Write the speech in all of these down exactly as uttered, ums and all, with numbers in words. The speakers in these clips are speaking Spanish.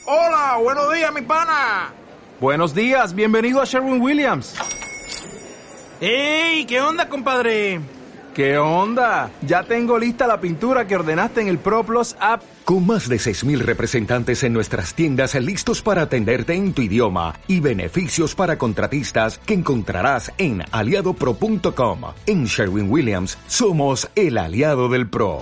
Hola, buenos días, mi pana. Buenos días, bienvenido a Sherwin-Williams. ¡Ey! ¿Qué onda, compadre? ¿Qué onda? Ya tengo lista la pintura que ordenaste en el ProPlus app. Con más de seis mil representantes en nuestras tiendas listos para atenderte en tu idioma y beneficios para contratistas que encontrarás en aliado pro punto com. En Sherwin-Williams somos el aliado del pro.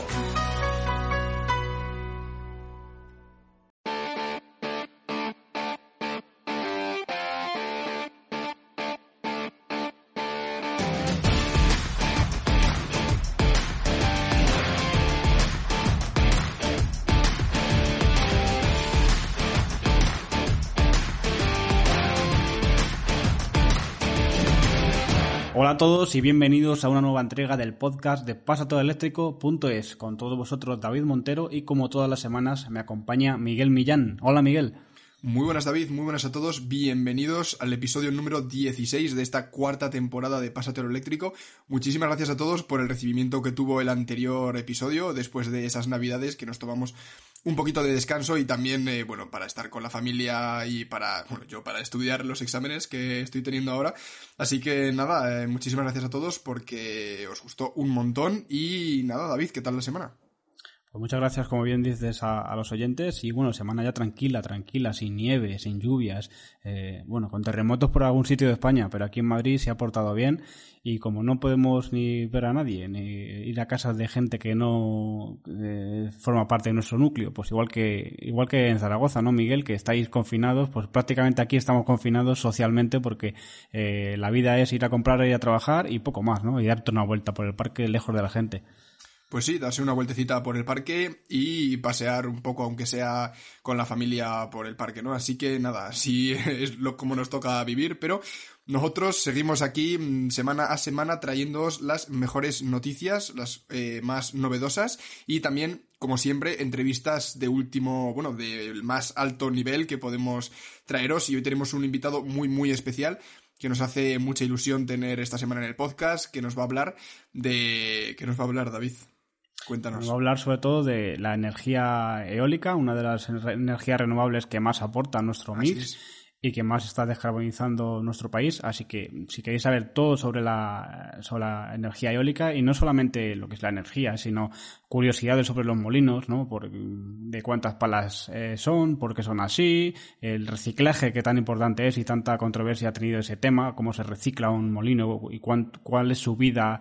Hola a todos y bienvenidos a una nueva entrega del podcast de pasatodoeléctrico punto es. Con todos vosotros David Montero y como todas las semanas me acompaña Miguel Millán. Hola Miguel. Muy buenas David, muy buenas a todos, bienvenidos al episodio número dieciséis de esta cuarta temporada de Pásatelo Eléctrico. Muchísimas gracias a todos por el recibimiento que tuvo el anterior episodio después de esas navidades que nos tomamos un poquito de descanso y también, eh, bueno, para estar con la familia y para, bueno, yo para estudiar los exámenes que estoy teniendo ahora. Así que nada, eh, muchísimas gracias a todos porque os gustó un montón y nada, David, ¿qué tal la semana? Pues muchas gracias, como bien dices, a, a los oyentes y bueno, semana ya tranquila, tranquila, sin nieve, sin lluvias, eh, bueno, con terremotos por algún sitio de España, pero aquí en Madrid se ha portado bien y como no podemos ni ver a nadie, ni ir a casas de gente que no eh, forma parte de nuestro núcleo, pues igual que igual que en Zaragoza, ¿no, Miguel? Que estáis confinados, pues prácticamente aquí estamos confinados socialmente porque eh, la vida es ir a comprar, ir a trabajar y poco más, ¿no? Y darte una vuelta por el parque lejos de la gente. Pues sí, darse una vueltecita por el parque y pasear un poco, aunque sea con la familia por el parque, ¿no? Así que nada, así es lo como nos toca vivir, pero nosotros seguimos aquí semana a semana trayéndoos las mejores noticias, las eh, más novedosas y también, como siempre, entrevistas de último, bueno, del más alto nivel que podemos traeros y hoy tenemos un invitado muy, muy especial que nos hace mucha ilusión tener esta semana en el podcast, que nos va a hablar de... ¿Qué nos va a hablar, David? Cuéntanos. Vamos a hablar sobre todo de la energía eólica, una de las energías renovables que más aporta a nuestro Así mix es. y que más está descarbonizando nuestro país. Así que si queréis saber todo sobre la, sobre la energía eólica y no solamente lo que es la energía, sino curiosidades sobre los molinos, ¿no? Por, de cuántas palas eh, son, por qué son así, el reciclaje que tan importante es y tanta controversia ha tenido ese tema, cómo se recicla un molino y cuán, cuál es su vida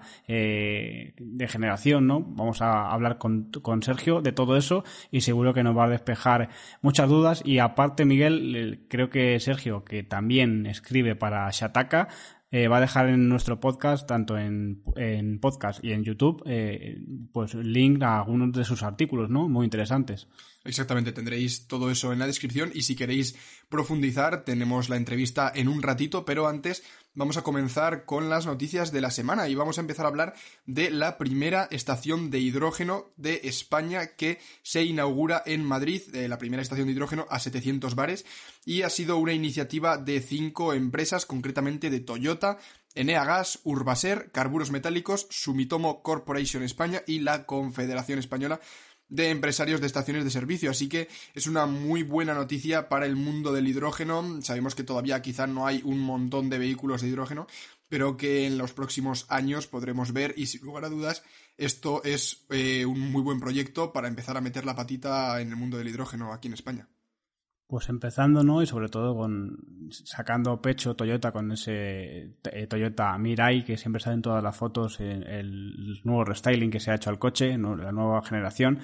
eh, de generación, ¿no? Vamos a hablar con, con Sergio de todo eso y seguro que nos va a despejar muchas dudas y aparte, Miguel, creo que Sergio, que también escribe para Shataka, Eh, va a dejar en nuestro podcast, tanto en, en podcast y en YouTube, eh, pues link a algunos de sus artículos, ¿no? Muy interesantes. Exactamente, tendréis todo eso en la descripción y si queréis profundizar tenemos la entrevista en un ratito, pero antes vamos a comenzar con las noticias de la semana y vamos a empezar a hablar de la primera estación de hidrógeno de España que se inaugura en Madrid, eh, la primera estación de hidrógeno a setecientos bares y ha sido una iniciativa de cinco empresas, concretamente de Toyota, Enea Gas, Urbaser, Carburos Metálicos, Sumitomo Corporation España y la Confederación Española de Empresarios de Estaciones de Servicio, así que es una muy buena noticia para el mundo del hidrógeno. Sabemos que todavía quizá no hay un montón de vehículos de hidrógeno, pero que en los próximos años podremos ver y sin lugar a dudas esto es eh, un muy buen proyecto para empezar a meter la patita en el mundo del hidrógeno aquí en España. Pues empezando, ¿no? Y sobre todo con sacando pecho Toyota con ese eh, Toyota Mirai que siempre sale en todas las fotos, el, el nuevo restyling que se ha hecho al coche, ¿no? La nueva generación.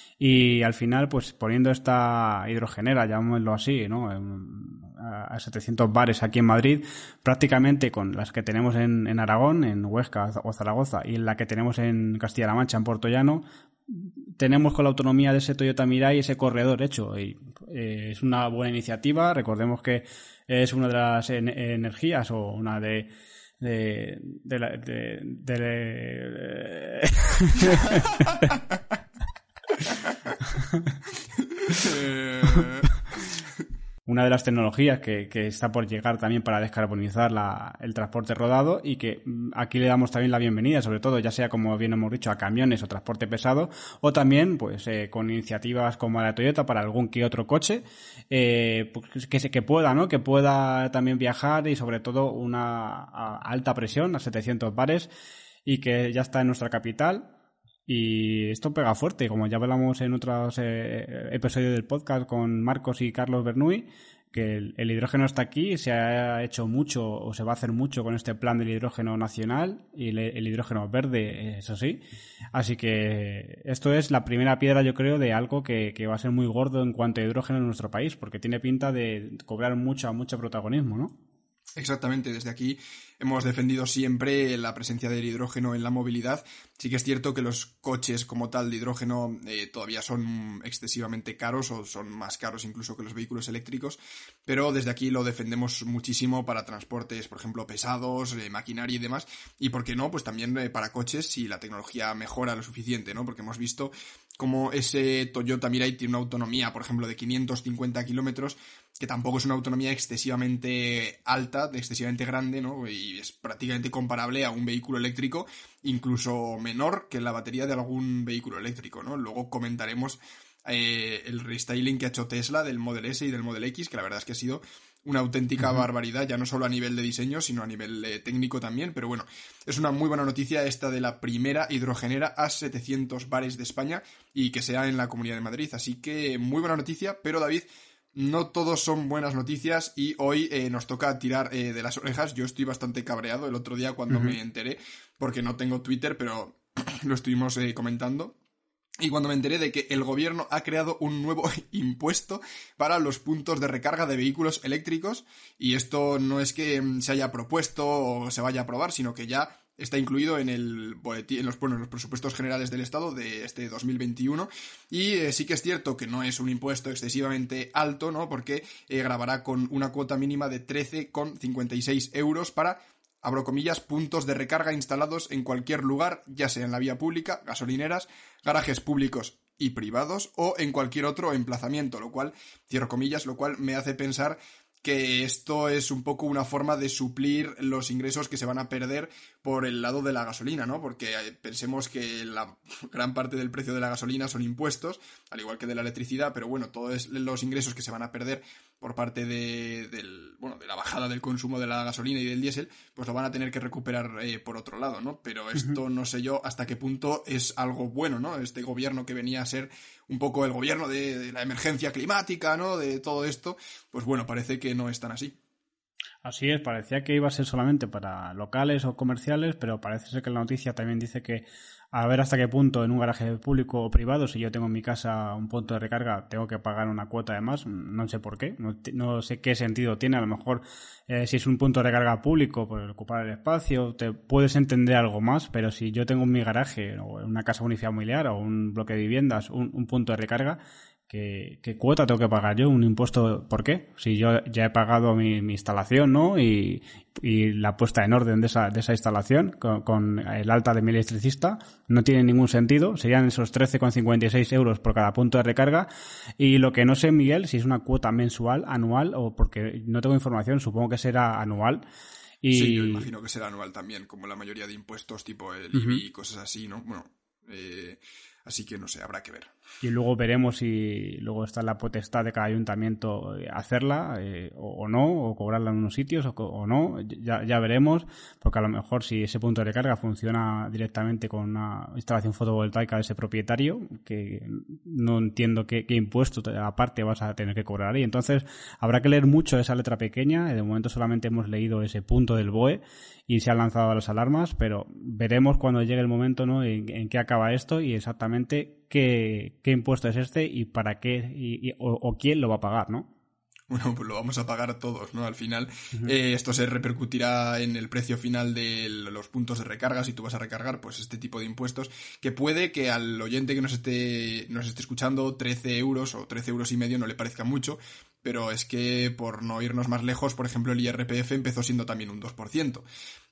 Y al final, pues poniendo esta hidrogenera, llamémoslo así, ¿no? A setecientos bares aquí en Madrid, prácticamente con las que tenemos en, en Aragón, en Huesca o Zaragoza, y la que tenemos en Castilla-La Mancha, en Puerto Llano, tenemos con la autonomía de ese Toyota Mirai ese corredor hecho y eh, es una buena iniciativa. Recordemos que es una de las en- energías o una de de de, la, de, de, de... eh... una de las tecnologías que, que está por llegar también para descarbonizar la, el transporte rodado, y que aquí le damos también la bienvenida, sobre todo ya sea, como bien hemos dicho, a camiones o transporte pesado, o también pues eh, con iniciativas como la de Toyota para algún que otro coche eh, pues, que, que pueda, ¿no? Que pueda también viajar, y sobre todo una a alta presión, a setecientos bares, y que ya está en nuestra capital. Y esto pega fuerte, como ya hablamos en otros eh, episodios del podcast con Marcos y Carlos Bernoulli, que el, el hidrógeno está aquí, se ha hecho mucho o se va a hacer mucho con este plan del hidrógeno nacional y el, el hidrógeno verde, eso sí. Así que esto es la primera piedra, yo creo, de algo que, que va a ser muy gordo en cuanto a hidrógeno en nuestro país, porque tiene pinta de cobrar mucho, mucho protagonismo, ¿no? Exactamente, desde aquí hemos defendido siempre la presencia del hidrógeno en la movilidad. Sí que es cierto que los coches como tal de hidrógeno eh, todavía son excesivamente caros, o son más caros incluso que los vehículos eléctricos, pero desde aquí lo defendemos muchísimo para transportes, por ejemplo, pesados, eh, maquinaria y demás, y por qué no, pues también eh, para coches si la tecnología mejora lo suficiente, ¿no? Porque hemos visto cómo ese Toyota Mirai tiene una autonomía, por ejemplo, de quinientos cincuenta kilómetros, que tampoco es una autonomía excesivamente alta, excesivamente grande, ¿no? Y es prácticamente comparable a un vehículo eléctrico, incluso menor que la batería de algún vehículo eléctrico, ¿no? Luego comentaremos eh, el restyling que ha hecho Tesla del Model S y del Model X, que la verdad es que ha sido una auténtica uh-huh. barbaridad, ya no solo a nivel de diseño, sino a nivel eh, técnico también, pero bueno, es una muy buena noticia esta de la primera hidrogenera a setecientos bares de España, y que sea en la Comunidad de Madrid, así que muy buena noticia. Pero David, no todos son buenas noticias, y hoy eh, nos toca tirar eh, de las orejas. Yo estoy bastante cabreado el otro día cuando uh-huh. me enteré, porque no tengo Twitter, pero lo estuvimos eh, comentando. Y cuando me enteré de que el gobierno ha creado un nuevo impuesto para los puntos de recarga de vehículos eléctricos, y esto no es que se haya propuesto o se vaya a aprobar, sino que ya está incluido en el boletín, en los, bueno, en los presupuestos generales del Estado de este dos mil veintiuno, y eh, sí que es cierto que no es un impuesto excesivamente alto, ¿no? Porque eh, grabará con una cuota mínima de trece coma cincuenta y seis euros para, abro comillas, puntos de recarga instalados en cualquier lugar, ya sea en la vía pública, gasolineras, garajes públicos y privados, o en cualquier otro emplazamiento, lo cual, cierro comillas, lo cual me hace pensar que esto es un poco una forma de suplir los ingresos que se van a perder por el lado de la gasolina, ¿no? Porque pensemos que la gran parte del precio de la gasolina son impuestos, al igual que de la electricidad, pero bueno, todos los ingresos que se van a perder por parte de, del, bueno, de la bajada del consumo de la gasolina y del diésel, pues lo van a tener que recuperar eh, por otro lado, ¿no? Pero esto uh-huh. no sé yo hasta qué punto es algo bueno, ¿no? Este gobierno que venía a ser un poco el gobierno de, de la emergencia climática, ¿no? De todo esto, pues bueno, parece que no es tan así. Así es, parecía que iba a ser solamente para locales o comerciales, pero parece ser que la noticia también dice que a ver hasta qué punto en un garaje público o privado, si yo tengo en mi casa un punto de recarga, tengo que pagar una cuota de más, no sé por qué, no, no sé qué sentido tiene. A lo mejor eh, si es un punto de recarga público por ocupar el espacio, te puedes entender algo más, pero si yo tengo en mi garaje o en una casa unifamiliar o un bloque de viviendas un, un punto de recarga, ¿Qué, ¿Qué cuota tengo que pagar yo? ¿Un impuesto? ¿Por qué? Si yo ya he pagado mi, mi instalación, ¿no? Y, y la puesta en orden de esa, de esa instalación con, con el alta de mi electricista no tiene ningún sentido. Serían esos trece coma cincuenta y seis euros por cada punto de recarga. Y lo que no sé, Miguel, si es una cuota mensual, anual, o porque no tengo información, supongo que será anual. Y... Sí, yo imagino que será anual también, como la mayoría de impuestos, tipo el I B I uh-huh. y cosas así, ¿no? Bueno, eh... así que no sé, habrá que ver. Y luego veremos si luego está la potestad de cada ayuntamiento hacerla eh, o, o no, o cobrarla en unos sitios o, o no, ya, ya veremos, porque a lo mejor si ese punto de recarga funciona directamente con una instalación fotovoltaica de ese propietario, que no entiendo qué, qué impuesto aparte vas a tener que cobrar ahí. Entonces habrá que leer mucho esa letra pequeña. De momento solamente hemos leído ese punto del B O E y se han lanzado las alarmas, pero veremos cuando llegue el momento, ¿no? en, en qué acaba esto y exactamente qué, qué impuesto es este y para qué y, y, o, o quién lo va a pagar, ¿no? Bueno, pues lo vamos a pagar todos, ¿no? Al final, uh-huh. eh, esto se repercutirá en el precio final de los puntos de recarga. Si tú vas a recargar, pues este tipo de impuestos, que puede que al oyente que nos esté, nos esté escuchando, trece euros o trece euros y medio no le parezca mucho, pero es que por no irnos más lejos, por ejemplo, el I R P F empezó siendo también un dos por ciento.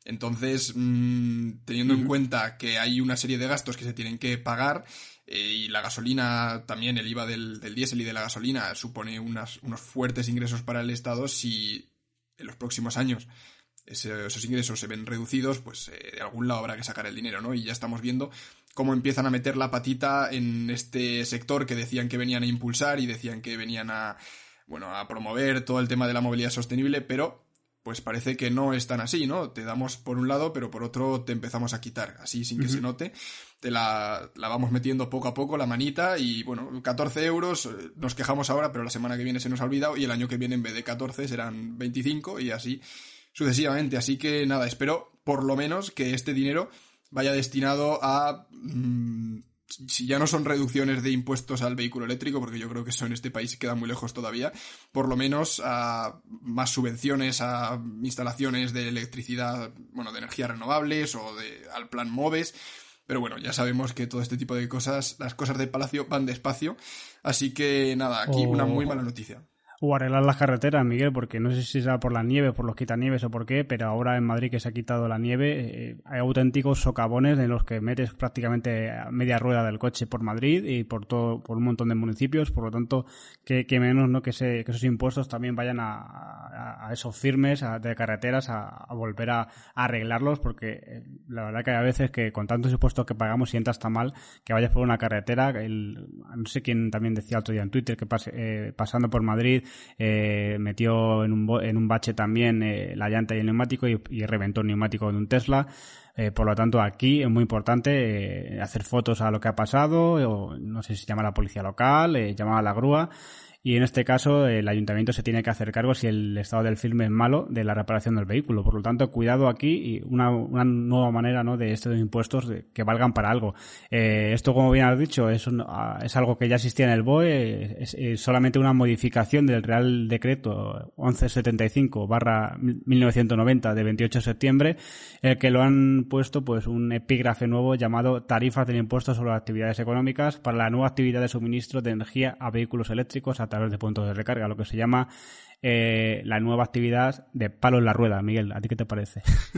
Entonces, mmm, teniendo en cuenta que hay una serie de gastos que se tienen que pagar, eh, y la gasolina también, el I V A del, del diésel y de la gasolina supone unas, unos fuertes ingresos para el Estado, si en los próximos años ese, esos ingresos se ven reducidos, pues eh, de algún lado habrá que sacar el dinero, ¿no? Y ya estamos viendo cómo empiezan a meter la patita en este sector que decían que venían a impulsar y decían que venían a, bueno, a promover todo el tema de la movilidad sostenible, pero pues parece que no es tan así, ¿no? Te damos por un lado, pero por otro te empezamos a quitar, así sin que uh-huh. se note. Te la, la vamos metiendo poco a poco, la manita, y bueno, catorce euros, nos quejamos ahora, pero la semana que viene se nos ha olvidado, y el año que viene en vez de catorce serán veinticinco, y así sucesivamente. Así que nada, espero por lo menos que este dinero vaya destinado a... Mmm, si ya no son reducciones de impuestos al vehículo eléctrico, porque yo creo que eso en este país queda muy lejos todavía, por lo menos a más subvenciones a instalaciones de electricidad, bueno, de energías renovables o de al plan MOVES. Pero bueno, ya sabemos que todo este tipo de cosas, las cosas del Palacio van despacio, así que nada, aquí oh. una muy mala noticia. O arreglar las carreteras, Miguel, porque no sé si será por la nieve, por los quitanieves o por qué, pero ahora en Madrid que se ha quitado la nieve, eh, hay auténticos socavones en los que metes prácticamente media rueda del coche por Madrid y por todo, por un montón de municipios. Por lo tanto, que, que menos no que, se, que esos impuestos también vayan a, a, a esos firmes a, de carreteras a, a volver a, a arreglarlos, porque eh, la verdad que hay a veces que con tantos impuestos que pagamos sienta hasta mal que vayas por una carretera. El, no sé quién también decía otro día en Twitter que pase, eh, pasando por Madrid Eh, metió en un, bo- en un bache también eh, la llanta y el neumático y, y reventó el neumático de un Tesla. Eh, por lo tanto, aquí es muy importante eh, hacer fotos a lo que ha pasado, o no sé si llama a la policía local, eh, llamar a la grúa. Y en este caso el ayuntamiento se tiene que hacer cargo si el estado del firme es malo de la reparación del vehículo. Por lo tanto, cuidado aquí y una, una nueva manera, ¿no?, de estos impuestos de, que valgan para algo. Eh, esto, como bien has dicho, es, un, es algo que ya existía en el B O E, es, es solamente una modificación del Real Decreto once setenta y cinco barra mil novecientos noventa de veintiocho de septiembre, el que lo han puesto pues un epígrafe nuevo llamado Tarifas del Impuesto sobre las Actividades Económicas para la nueva actividad de suministro de energía a vehículos eléctricos a través de puntos de recarga, lo que se llama eh, la nueva actividad de palo en la rueda. Miguel, ¿a ti qué te parece?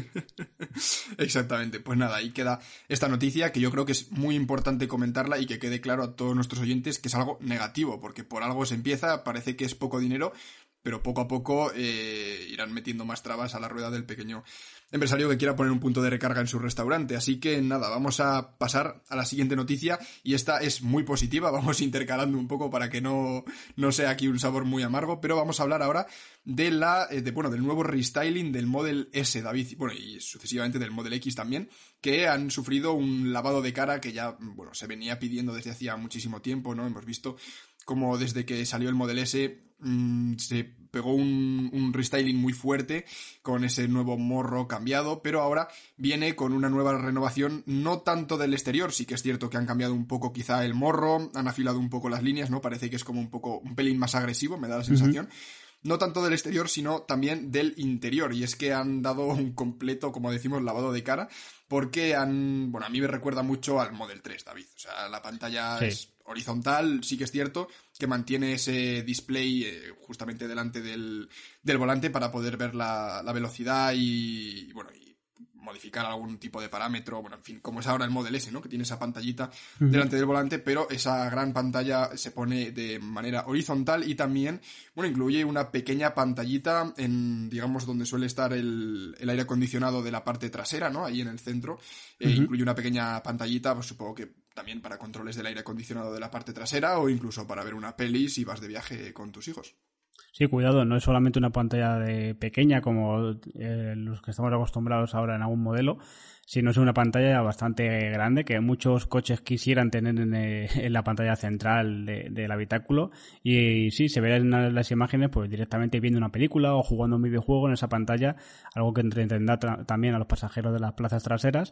Exactamente, pues nada, ahí queda esta noticia que yo creo que es muy importante comentarla y que quede claro a todos nuestros oyentes que es algo negativo, porque por algo se empieza, parece que es poco dinero, pero poco a poco eh, irán metiendo más trabas a la rueda del pequeño empresario que quiera poner un punto de recarga en su restaurante. Así que nada, vamos a pasar a la siguiente noticia, y esta es muy positiva, vamos intercalando un poco para que no, no sea aquí un sabor muy amargo, pero vamos a hablar ahora de la de, bueno, del nuevo restyling del Model S, David, bueno, y sucesivamente del Model X también, que han sufrido un lavado de cara que ya, bueno, se venía pidiendo desde hacía muchísimo tiempo, ¿no? Hemos visto como desde que salió el Model S mmm, se pegó un, un restyling muy fuerte con ese nuevo morro cambiado, pero ahora viene con una nueva renovación, no tanto del exterior, sí que es cierto que han cambiado un poco quizá el morro, han afilado un poco las líneas, ¿no? Parece que es como un poco, un pelín más agresivo, me da la sensación. Uh-huh. No tanto del exterior, sino también del interior, y es que han dado un completo, como decimos, lavado de cara, porque han, bueno, a mí me recuerda mucho al Model tres, David, o sea, la pantalla sí. es horizontal, sí que es cierto que mantiene ese display eh, justamente delante del, del volante para poder ver la, la velocidad y, y bueno, y modificar algún tipo de parámetro, bueno, en fin, como es ahora el Model S, ¿no?, que tiene esa pantallita uh-huh. delante del volante, pero esa gran pantalla se pone de manera horizontal y también, bueno, incluye una pequeña pantallita en, digamos, donde suele estar el, el aire acondicionado de la parte trasera, ¿no?, ahí en el centro, uh-huh. eh, incluye una pequeña pantallita, pues supongo que también para controles del aire acondicionado de la parte trasera o incluso para ver una peli si vas de viaje con tus hijos. Sí, cuidado, no es solamente una pantalla de pequeña como eh, los que estamos acostumbrados ahora en algún modelo, sino es una pantalla bastante grande que muchos coches quisieran tener en, eh, en la pantalla central de, del habitáculo, y, y sí, se verá en las imágenes pues directamente viendo una película o jugando un videojuego en esa pantalla, algo que entretendrá tra- también a los pasajeros de las plazas traseras.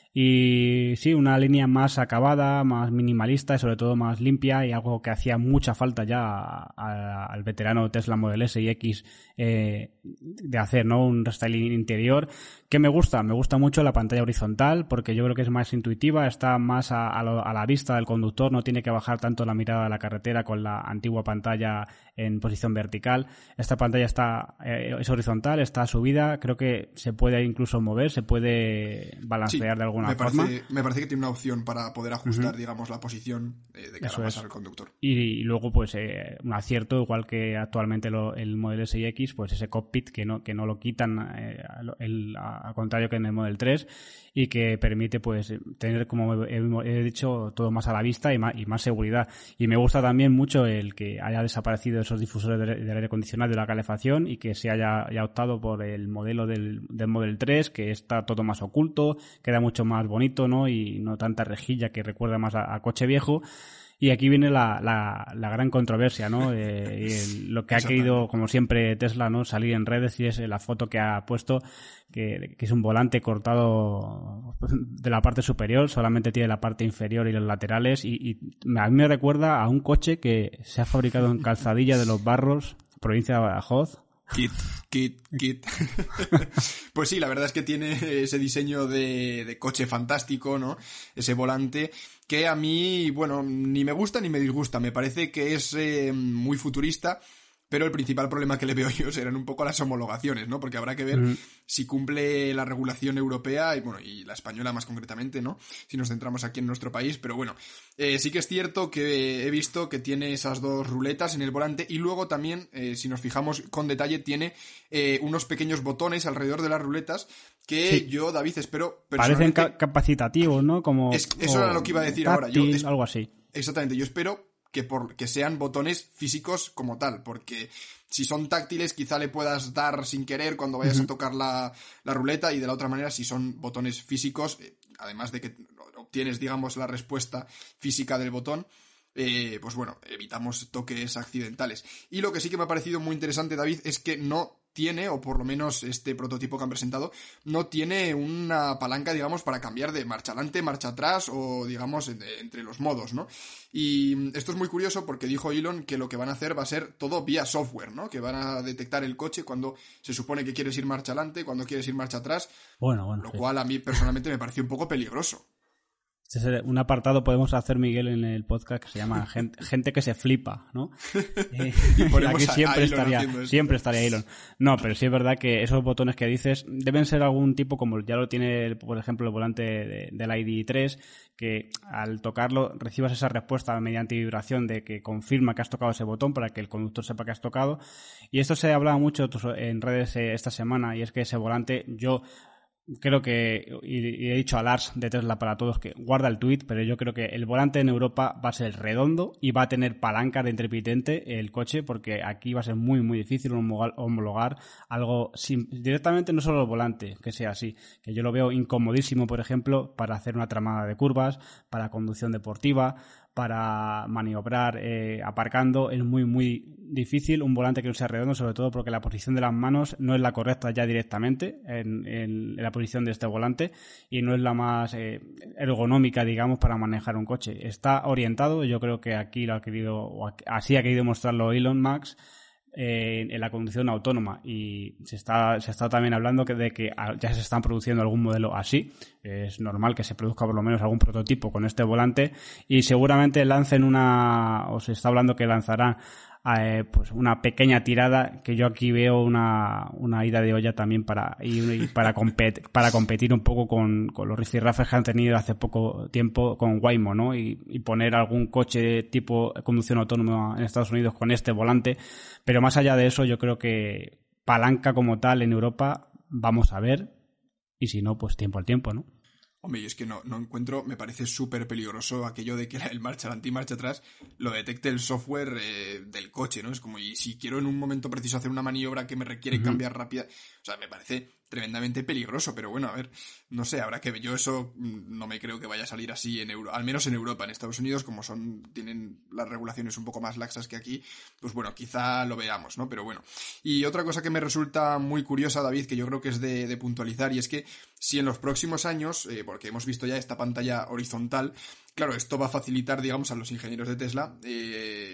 Y sí, una línea más acabada, más minimalista y sobre todo más limpia, y algo que hacía mucha falta ya a, a, al veterano Tesla Model S y X eh, de hacer, ¿no?, un restyling interior que me gusta, me gusta mucho la pantalla horizontal, porque yo creo que es más intuitiva, está más a, a, lo, a la vista del conductor, no tiene que bajar tanto la mirada a la carretera con la antigua pantalla en posición vertical. Esta pantalla está eh, es horizontal, está subida, creo que se puede incluso mover, se puede balancear sí, de alguna me forma. Parece, me parece que tiene una opción para poder ajustar, uh-huh. digamos, la posición eh, de cara Eso más es. al conductor. Y, y luego, pues, eh, un acierto, igual que actualmente lo, el Model S y X, pues ese cockpit que no, que no lo quitan, eh, el, al contrario que en el Model tres, y que permite, pues, tener, como he, he dicho, todo más a la vista y más, y más seguridad. Y me gusta también mucho el que haya desaparecido esos difusores del, del aire acondicionado y de la calefacción y que se haya, haya optado por el modelo del, del Model tres, que está todo más oculto, queda mucho más bonito, ¿no? Y no tanta rejilla que recuerda más a, a coche viejo. Y aquí viene la, la, la gran controversia, ¿no? Eh, y el, lo que ha querido, como siempre, Tesla, ¿no? Salir en redes, y es la foto que ha puesto, que, que es un volante cortado de la parte superior, solamente tiene la parte inferior y los laterales, y, y a mí me recuerda a un coche que se ha fabricado en Calzadilla de los Barros, provincia de Badajoz. Kit, kit, kit. Pues sí, la verdad es que tiene ese diseño de, de coche fantástico, ¿no? Ese volante que a mí, bueno, ni me gusta ni me disgusta. Me parece que es eh, muy futurista, pero el principal problema que le veo yo serán un poco las homologaciones, ¿no? Porque habrá que ver mm. si cumple la regulación europea y, bueno, y la española más concretamente, ¿no? Si nos centramos aquí en nuestro país, pero bueno, eh, sí que es cierto que he visto que tiene esas dos ruletas en el volante y luego también, eh, si nos fijamos con detalle, tiene eh, unos pequeños botones alrededor de las ruletas que sí. yo, David, espero... Parecen ca- capacitativos, ¿no? Como... Es, eso era lo que iba a decir táctil, ahora. Yo es, algo así. Exactamente, yo espero... que por que sean botones físicos como tal, porque si son táctiles quizá le puedas dar sin querer cuando vayas uh-huh. a tocar la, la ruleta, y de la otra manera si son botones físicos, eh, además de que obtienes, digamos, la respuesta física del botón, eh, pues bueno, evitamos toques accidentales. Y lo que sí que me ha parecido muy interesante, David, es que no tiene, o por lo menos este prototipo que han presentado, no tiene una palanca, digamos, para cambiar de marcha adelante, marcha atrás, o digamos, de, entre los modos, ¿no? Y esto es muy curioso porque dijo Elon que lo que van a hacer va a ser todo vía software, ¿no? Que van a detectar el coche cuando se supone que quieres ir marcha adelante, cuando quieres ir marcha atrás, bueno, bueno, lo sí. cual a mí personalmente me pareció un poco peligroso. Este es un apartado podemos hacer, Miguel, en el podcast que se llama Gente, gente que se flipa, ¿no? Eh, y aquí siempre estaría, siempre estaría Elon. No, pero sí es verdad que esos botones que dices deben ser algún tipo, como ya lo tiene, por ejemplo, el volante de, del I D tres, que al tocarlo recibas esa respuesta mediante vibración de que confirma que has tocado ese botón para que el conductor sepa que has tocado. Y esto se ha hablado mucho en redes esta semana, y es que ese volante, yo... creo que, y he dicho a Lars de Tesla para todos que guarda el tweet, pero yo creo que el volante en Europa va a ser redondo y va a tener palanca de intermitente el coche, porque aquí va a ser muy muy difícil homologar algo sin, directamente, no solo el volante, que sea así, que yo lo veo incomodísimo, por ejemplo, para hacer una tramada de curvas, para conducción deportiva, para maniobrar eh, aparcando. Es muy muy difícil un volante que no sea redondo, sobre todo porque la posición de las manos no es la correcta ya directamente en, en, en la posición de este volante, y no es la más eh, ergonómica, digamos, para manejar un coche. Está orientado, yo creo que aquí lo ha querido, o así ha querido mostrarlo Elon Musk, Eh, en la conducción autónoma, y se está se está también hablando que de que ya se están produciendo algún modelo así. Es normal que se produzca por lo menos algún prototipo con este volante, y seguramente lancen una, o se está hablando que lanzarán eh, pues una pequeña tirada, que yo aquí veo una una ida de olla también para y para competir para competir un poco con, con los rifirrafes que han tenido hace poco tiempo con Waymo, ¿no? Y, y poner algún coche tipo conducción autónoma en Estados Unidos con este volante. Pero más allá de eso, yo creo que palanca como tal en Europa vamos a ver, y si no, pues tiempo al tiempo, ¿no? Hombre, y es que no, no encuentro, me parece súper peligroso aquello de que el marcha adelante y marcha atrás lo detecte el software eh, del coche, ¿no? Es como, y si quiero en un momento preciso hacer una maniobra que me requiere uh-huh. cambiar rápida, o sea, me parece tremendamente peligroso, pero bueno, a ver, no sé, habrá que ver. Yo eso no me creo que vaya a salir así en Euro, al menos en Europa. En Estados Unidos, como son, tienen las regulaciones un poco más laxas que aquí, pues bueno, quizá lo veamos, ¿no? Pero bueno. Y otra cosa que me resulta muy curiosa, David, que yo creo que es de, de puntualizar, y es que si en los próximos años, eh, porque hemos visto ya esta pantalla horizontal, claro, esto va a facilitar, digamos, a los ingenieros de Tesla, eh,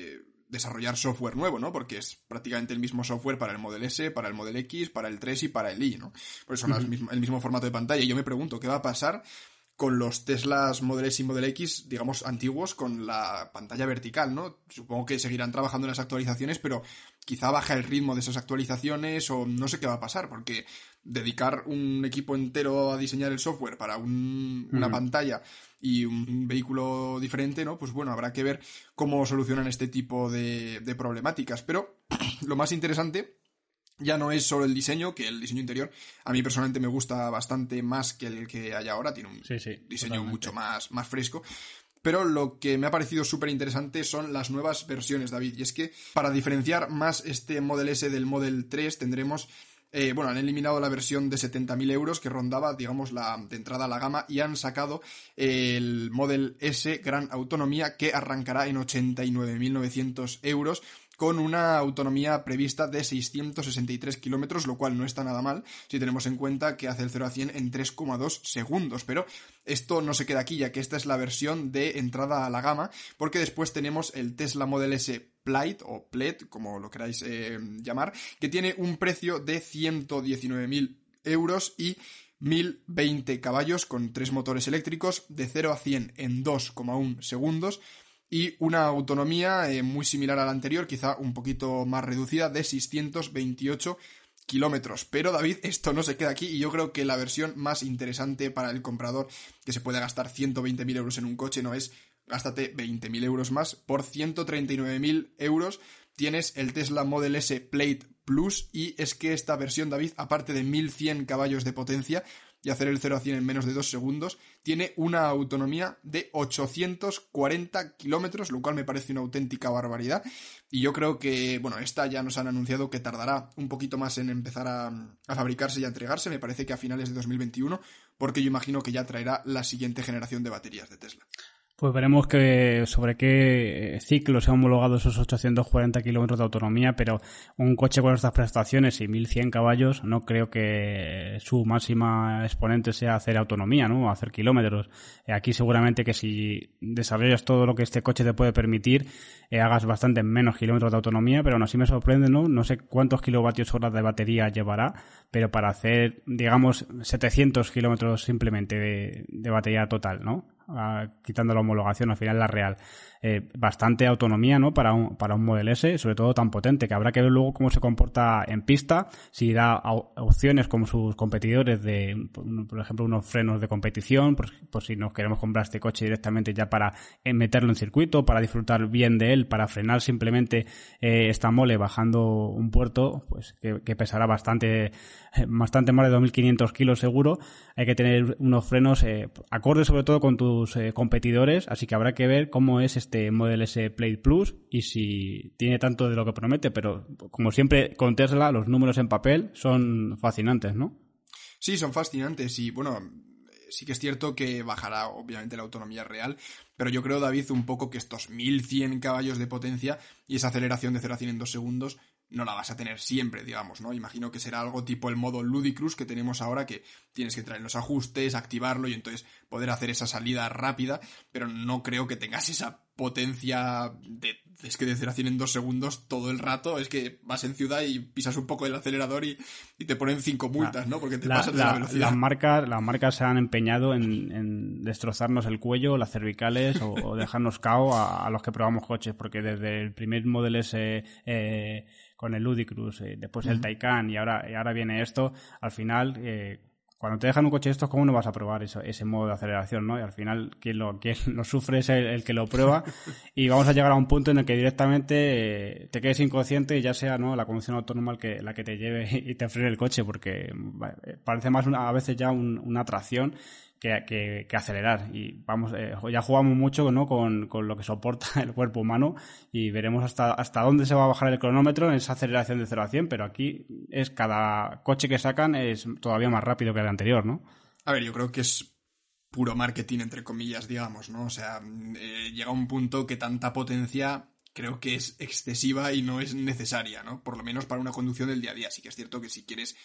desarrollar software nuevo, ¿no? Porque es prácticamente el mismo software para el Model S, para el Model X, para el tres y para el Y, ¿no? Por eso son las mismas, el mismo formato de pantalla. Y yo me pregunto, ¿qué va a pasar con los Teslas Model S y Model X, digamos, antiguos, con la pantalla vertical, ¿no? Supongo que seguirán trabajando en las actualizaciones, pero quizá baja el ritmo de esas actualizaciones o no sé qué va a pasar, porque dedicar un equipo entero a diseñar el software para un, una mm. pantalla y un vehículo diferente, ¿no? Pues bueno, habrá que ver cómo solucionan este tipo de, de problemáticas. Pero lo más interesante ya no es solo el diseño, que el diseño interior a mí personalmente me gusta bastante más que el que hay ahora, tiene un sí, sí, diseño totalmente. mucho más, más fresco. Pero lo que me ha parecido súper interesante son las nuevas versiones, David, y es que para diferenciar más este Model S del Model tres tendremos... Eh, bueno, han eliminado la versión de setenta mil euros que rondaba, digamos, la de entrada a la gama y han sacado eh, el Model S Gran Autonomía que arrancará en ochenta y nueve mil novecientos euros con una autonomía prevista de seiscientos sesenta y tres kilómetros, lo cual no está nada mal si tenemos en cuenta que hace el cero a cien en tres coma dos segundos. Pero esto no se queda aquí, ya que esta es la versión de entrada a la gama, porque después tenemos el Tesla Model S Plaid o Plaid, como lo queráis eh, llamar, que tiene un precio de ciento diecinueve mil euros y mil veinte caballos con tres motores eléctricos de cero a cien en dos coma uno segundos y una autonomía eh, muy similar a la anterior, quizá un poquito más reducida, de seiscientos veintiocho kilómetros. Pero David, esto no se queda aquí y yo creo que la versión más interesante para el comprador que se puede gastar ciento veinte mil euros en un coche no es gástate veinte mil euros más. Por ciento treinta y nueve mil euros tienes el Tesla Model S Plaid Plus y es que esta versión, David, aparte de mil cien caballos de potencia y hacer el cero a cien en menos de dos segundos, tiene una autonomía de ochocientos cuarenta kilómetros, lo cual me parece una auténtica barbaridad. Y yo creo que, bueno, esta ya nos han anunciado que tardará un poquito más en empezar a, a fabricarse y a entregarse, me parece que a finales de dos mil veintiuno, porque yo imagino que ya traerá la siguiente generación de baterías de Tesla. Pues veremos que sobre qué ciclo se han homologado esos ochocientos cuarenta kilómetros de autonomía, pero un coche con estas prestaciones y mil cien caballos no creo que su máxima exponente sea hacer autonomía, ¿no? Hacer kilómetros. Aquí seguramente que si desarrollas todo lo que este coche te puede permitir, eh, hagas bastante menos kilómetros de autonomía, pero aún así me sorprende, ¿no? No sé cuántos kilovatios hora de batería llevará, pero para hacer, digamos, setecientos kilómetros simplemente de, de batería total, ¿no? Uh, quitando la homologación, al final la real. Eh, bastante autonomía, ¿no? Para un, para un Model S, sobre todo tan potente, que habrá que ver luego cómo se comporta en pista, si da opciones como sus competidores de, por ejemplo, unos frenos de competición, por, por si nos queremos comprar este coche directamente ya para meterlo en circuito, para disfrutar bien de él, para frenar simplemente eh, esta mole bajando un puerto, pues que, que pesará bastante, bastante más de dos mil quinientos kilos seguro. Hay que tener unos frenos eh, acordes sobre todo con tus Eh, competidores, así que habrá que ver cómo es este Model S Plaid Plus y si tiene tanto de lo que promete, pero como siempre con Tesla los números en papel son fascinantes, ¿no? Sí, son fascinantes y bueno, sí que es cierto que bajará obviamente la autonomía real, pero yo creo, David, un poco que estos mil cien caballos de potencia y esa aceleración de cero a cien en dos segundos no la vas a tener siempre, digamos, ¿no? Imagino que será algo tipo el modo Ludicrous que tenemos ahora, que tienes que entrar en los ajustes, activarlo y entonces poder hacer esa salida rápida, pero no creo que tengas esa potencia de, es que de cero a cien en dos segundos todo el rato, es que vas en ciudad y pisas un poco el acelerador y, y te ponen cinco multas, ¿no? Porque te la, pasas de la, la velocidad. Las marcas, las marcas se han empeñado en, en destrozarnos el cuello, las cervicales o, o dejarnos cao a, a los que probamos coches, porque desde el primer Model S eh, con el Ludicrous, eh, después el Taycan y ahora, y ahora viene esto, al final... Eh, Cuando te dejan un coche de estos, ¿cómo no vas a probar eso, ese modo de aceleración, no? Y al final, quien lo, quien lo sufre es el, el que lo prueba y vamos a llegar a un punto en el que directamente eh, te quedes inconsciente y ya sea, ¿no?, la conducción autónoma el que, la que te lleve y te frene el coche, porque vale, parece más una, a veces ya un, una atracción que, que, que acelerar. Y vamos, eh, ya jugamos mucho, ¿no?, con, con lo que soporta el cuerpo humano y veremos hasta, hasta dónde se va a bajar el cronómetro en esa aceleración de cero a cien, pero aquí es cada coche que sacan es todavía más rápido que el anterior, ¿no? A ver, yo creo que es puro marketing, entre comillas, digamos, ¿no? O sea, eh, llega un punto que tanta potencia creo que es excesiva y no es necesaria, ¿no? Por lo menos para una conducción del día a día. Sí que es cierto que si quieres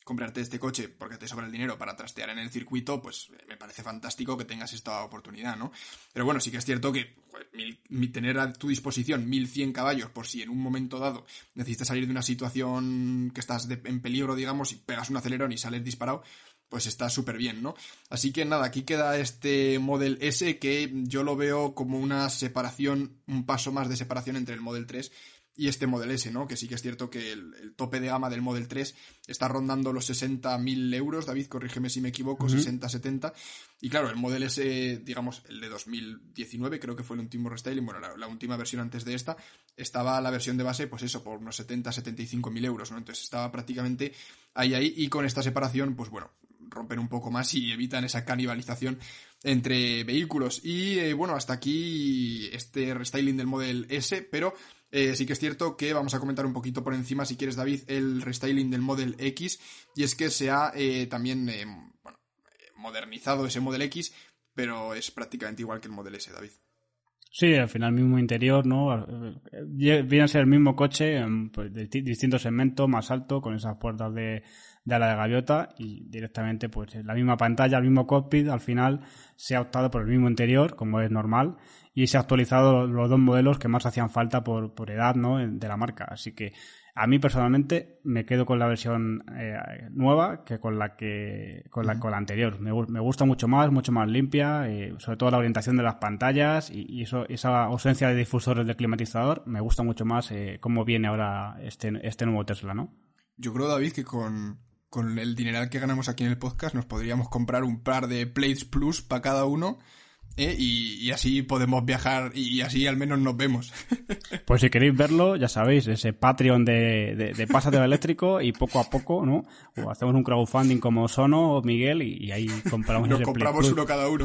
comprarte este coche porque te sobra el dinero para trastear en el circuito, pues me parece fantástico que tengas esta oportunidad, ¿no? Pero bueno, sí que es cierto que joder, mil, mil, tener a tu disposición mil cien caballos por si en un momento dado necesitas salir de una situación que estás de, en peligro, digamos, y pegas un acelerón y sales disparado, pues está súper bien, ¿no? Así que nada, aquí queda este Model S que yo lo veo como una separación, un paso más de separación entre el Model tres y este Model S, ¿no? Que sí que es cierto que el, el tope de gama del Model tres está rondando los sesenta mil euros, David, corrígeme si me equivoco, uh-huh. sesenta, setenta. Y claro, el Model S, digamos, el de dos mil diecinueve, creo que fue el último restyling, bueno, la, la última versión antes de esta, estaba la versión de base, pues eso, por unos setenta, setenta y cinco mil euros, ¿no? Entonces estaba prácticamente ahí, ahí, y con esta separación, pues bueno, rompen un poco más y evitan esa canibalización entre vehículos. Y eh, bueno, hasta aquí este restyling del Model S, pero eh, sí que es cierto que vamos a comentar un poquito por encima, si quieres, David, el restyling del Model X, y es que se ha eh, también eh, bueno, modernizado ese Model X, pero es prácticamente igual que el Model S, David. Sí, al final mismo interior, ¿no? Viene a ser el mismo coche, pues, de distintos segmentos, más alto, con esas puertas de, de ala de gaviota, y directamente pues la misma pantalla, el mismo cockpit. Al final se ha optado por el mismo interior, como es normal, y se ha actualizado los dos modelos que más hacían falta por, por edad, ¿no? De la marca. Así que a mí personalmente me quedo con la versión eh, nueva que con la que con la, con la anterior. Me, me gusta mucho más, mucho más limpia, eh, sobre todo la orientación de las pantallas y, y eso, esa ausencia de difusores de climatizador. Me gusta mucho más eh, cómo viene ahora este, este nuevo Tesla, ¿no? Yo creo, David, que con, con el dineral que ganamos aquí en el podcast nos podríamos comprar un par de Plates Plus para cada uno. ¿Eh? Y, y así podemos viajar y así al menos nos vemos. Pues si queréis verlo, ya sabéis, ese Patreon de, de, de Pásate al Eléctrico, y poco a poco, ¿no? O hacemos un crowdfunding como Sono o Miguel y, y ahí compramos nos ese compramos Play uno cada uno.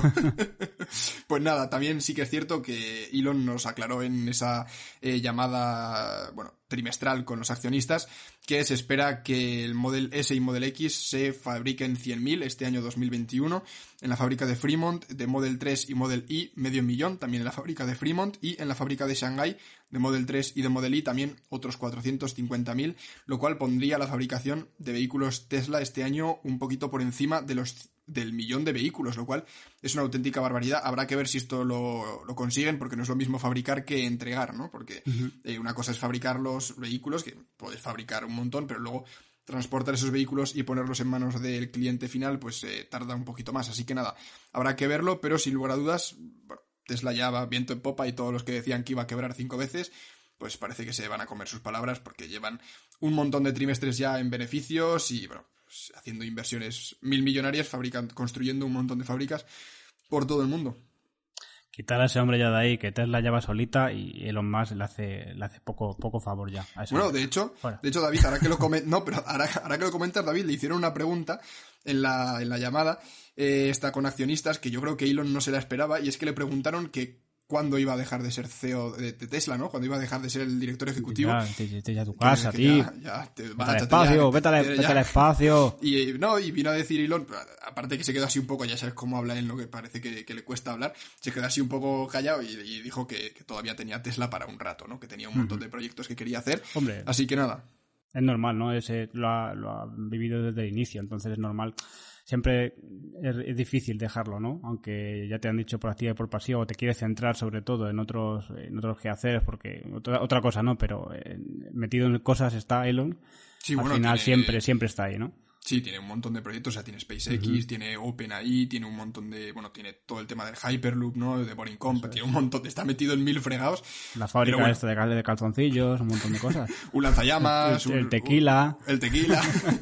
Pues nada, también sí que es cierto que Elon nos aclaró en esa eh, llamada, bueno, trimestral con los accionistas, que se espera que el Model S y Model X se fabriquen cien mil este año dos mil veintiuno en la fábrica de Fremont, de Model tres y Model Y medio millón también en la fábrica de Fremont, y en la fábrica de Shanghái de Model tres y de Model Y también otros cuatrocientos cincuenta mil, lo cual pondría la fabricación de vehículos Tesla este año un poquito por encima de los del millón de vehículos, lo cual es una auténtica barbaridad. Habrá que ver si esto lo, lo consiguen, porque no es lo mismo fabricar que entregar, ¿no? Porque uh-huh. eh, una cosa es fabricar los vehículos, que puedes fabricar un montón, pero luego transportar esos vehículos y ponerlos en manos del cliente final, pues eh, tarda un poquito más. Así que nada, habrá que verlo, pero sin lugar a dudas, bueno, Tesla ya va viento en popa, y todos los que decían que iba a quebrar cinco veces, pues parece que se van a comer sus palabras, porque llevan un montón de trimestres ya en beneficios y, bueno, pues haciendo inversiones mil millonarias, fabricando, construyendo un montón de fábricas por todo el mundo. Quitar a ese hombre ya de ahí, que Tesla ya va solita, y Elon Musk le hace, le hace poco, poco favor ya. A bueno, de hecho, Fuera. de hecho, David, ahora que lo comentas, no, pero ahora, ahora que lo comentas, David, le hicieron una pregunta en la, en la llamada, eh, está con accionistas, que yo creo que Elon no se la esperaba, y es que le preguntaron que cuándo iba a dejar de ser C E O de, de Tesla, ¿no? Cuándo iba a dejar de ser el director ejecutivo. Ya, te, te, ya a tu casa, tío. Ya, ya, te, vete al espacio, vete al, vete al espacio. Y no, y vino a decir Elon, aparte que se quedó así un poco, ya sabes cómo habla él, ¿no? Que parece que, que le cuesta hablar, se quedó así un poco callado y, y dijo que, que todavía tenía Tesla para un rato, ¿no? Que tenía un montón de proyectos que quería hacer. Hombre, así que nada. Es normal, ¿no? Ese lo ha, lo ha vivido desde el inicio, entonces es normal. Siempre es, es difícil dejarlo, ¿no? Aunque ya te han dicho por activa y por pasiva, o te quieres centrar sobre todo en otros en otros quehaceres, porque otra, otra cosa, ¿no? Pero eh, metido en cosas está Elon. Sí, al bueno, final tiene, siempre siempre está ahí, ¿no? Sí, tiene un montón de proyectos, o sea, tiene SpaceX, uh-huh. tiene OpenAI, tiene un montón de... Bueno, tiene todo el tema del Hyperloop, ¿no? De Boring Company, tiene un montón, está metido en mil fregados. La fábrica bueno, esta de, de calzoncillos, un montón de cosas. un lanzallamas... el, el un, tequila... Un, el tequila...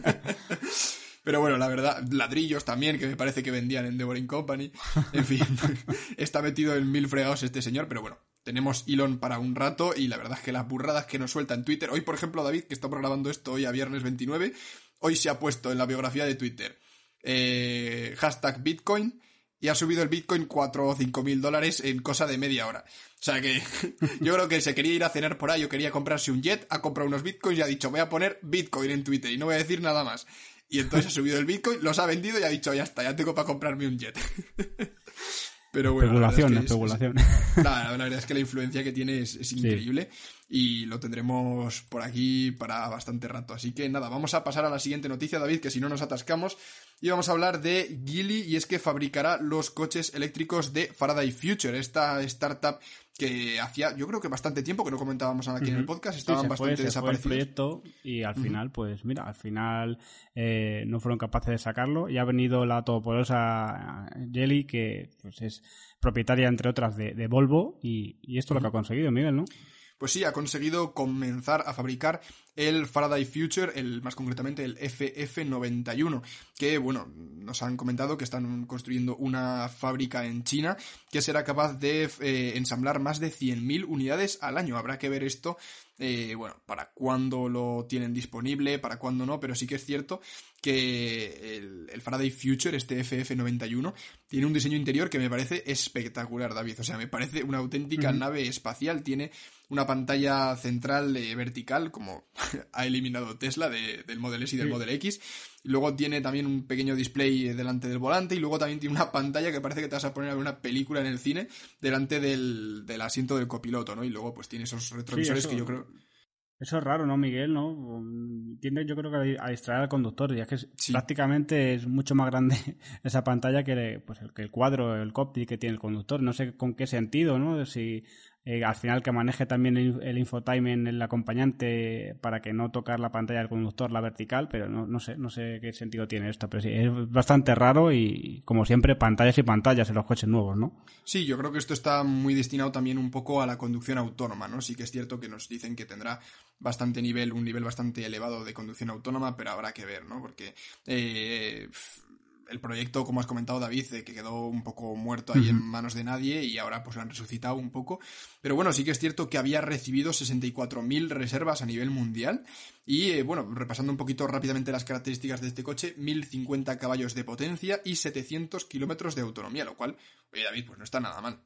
Pero bueno, la verdad, ladrillos también, que me parece que vendían en The Boring Company. En fin, está metido en mil fregados este señor, pero bueno, tenemos Elon para un rato, y la verdad es que las burradas que nos suelta en Twitter... Hoy, por ejemplo, David, que estamos grabando esto hoy a viernes veintinueve, hoy se ha puesto en la biografía de Twitter eh, hashtag Bitcoin, y ha subido el Bitcoin cuatro o cinco mil dólares en cosa de media hora. O sea que yo creo que se quería ir a cenar por ahí o quería comprarse un jet, ha comprado unos Bitcoins y ha dicho, voy a poner Bitcoin en Twitter y no voy a decir nada más. Y entonces ha subido el Bitcoin, los ha vendido y ha dicho, ya está, ya tengo para comprarme un jet. Pero bueno, especulación, la especulación. Es, es, la, la verdad es que la influencia que tiene es, es increíble. Sí. y lo tendremos por aquí para bastante rato. Así que nada, vamos a pasar a la siguiente noticia, David, que si no nos atascamos, y vamos a hablar de Geely, y es que fabricará los coches eléctricos de Faraday Future, esta startup que hacía, yo creo que bastante tiempo que no comentábamos aquí uh-huh. en el podcast, estaban sí, bastante fue, desaparecidos. Fue el proyecto y al uh-huh. final, pues mira, al final eh, no fueron capaces de sacarlo y ha venido la todopoderosa Geely, que pues es propietaria, entre otras, de, de Volvo, y, y esto es uh-huh. lo que ha conseguido, Miguel, ¿no? Pues sí, ha conseguido comenzar a fabricar el Faraday Future, el más concretamente el F F noventa y uno, que bueno, nos han comentado que están construyendo una fábrica en China que será capaz de eh, ensamblar más de cien mil unidades al año. Habrá que ver esto, eh, bueno, para cuándo lo tienen disponible, para cuándo no, pero sí que es cierto que el, el Faraday Future, este F F noventa y uno, tiene un diseño interior que me parece espectacular, David. O sea, me parece una auténtica uh-huh. nave espacial. Tiene una pantalla central eh, vertical, como ha eliminado Tesla de, del Model S y del sí. Model X. Y luego tiene también un pequeño display delante del volante, y luego también tiene una pantalla que parece que te vas a poner a ver una película en el cine delante del, del asiento del copiloto, ¿no? Y luego pues tiene esos retrovisores sí, que yo creo... Eso es raro, ¿no, Miguel? ¿No? Tiende, yo creo que a distraer al conductor, ya que es, sí. prácticamente es mucho más grande esa pantalla que, pues, el, que el cuadro, el cockpit que tiene el conductor. No sé con qué sentido, ¿no? Si eh, al final que maneje también el, el infotainment el acompañante para que no tocar la pantalla del conductor, la vertical, pero no, no sé, no sé qué sentido tiene esto. Pero sí, es bastante raro y, como siempre, pantallas y pantallas en los coches nuevos, ¿no? Sí, yo creo que esto está muy destinado también un poco a la conducción autónoma, ¿no? Sí que es cierto que nos dicen que tendrá bastante nivel, un nivel bastante elevado de conducción autónoma, pero habrá que ver, ¿no? Porque eh, el proyecto, como has comentado, David, eh, que quedó un poco muerto ahí uh-huh. en manos de nadie, y ahora pues lo han resucitado un poco. Pero bueno, sí que es cierto que había recibido sesenta y cuatro mil reservas a nivel mundial. Y eh, bueno, repasando un poquito rápidamente las características de este coche, mil cincuenta caballos de potencia y setecientos kilómetros de autonomía, lo cual, oye, David, pues no está nada mal.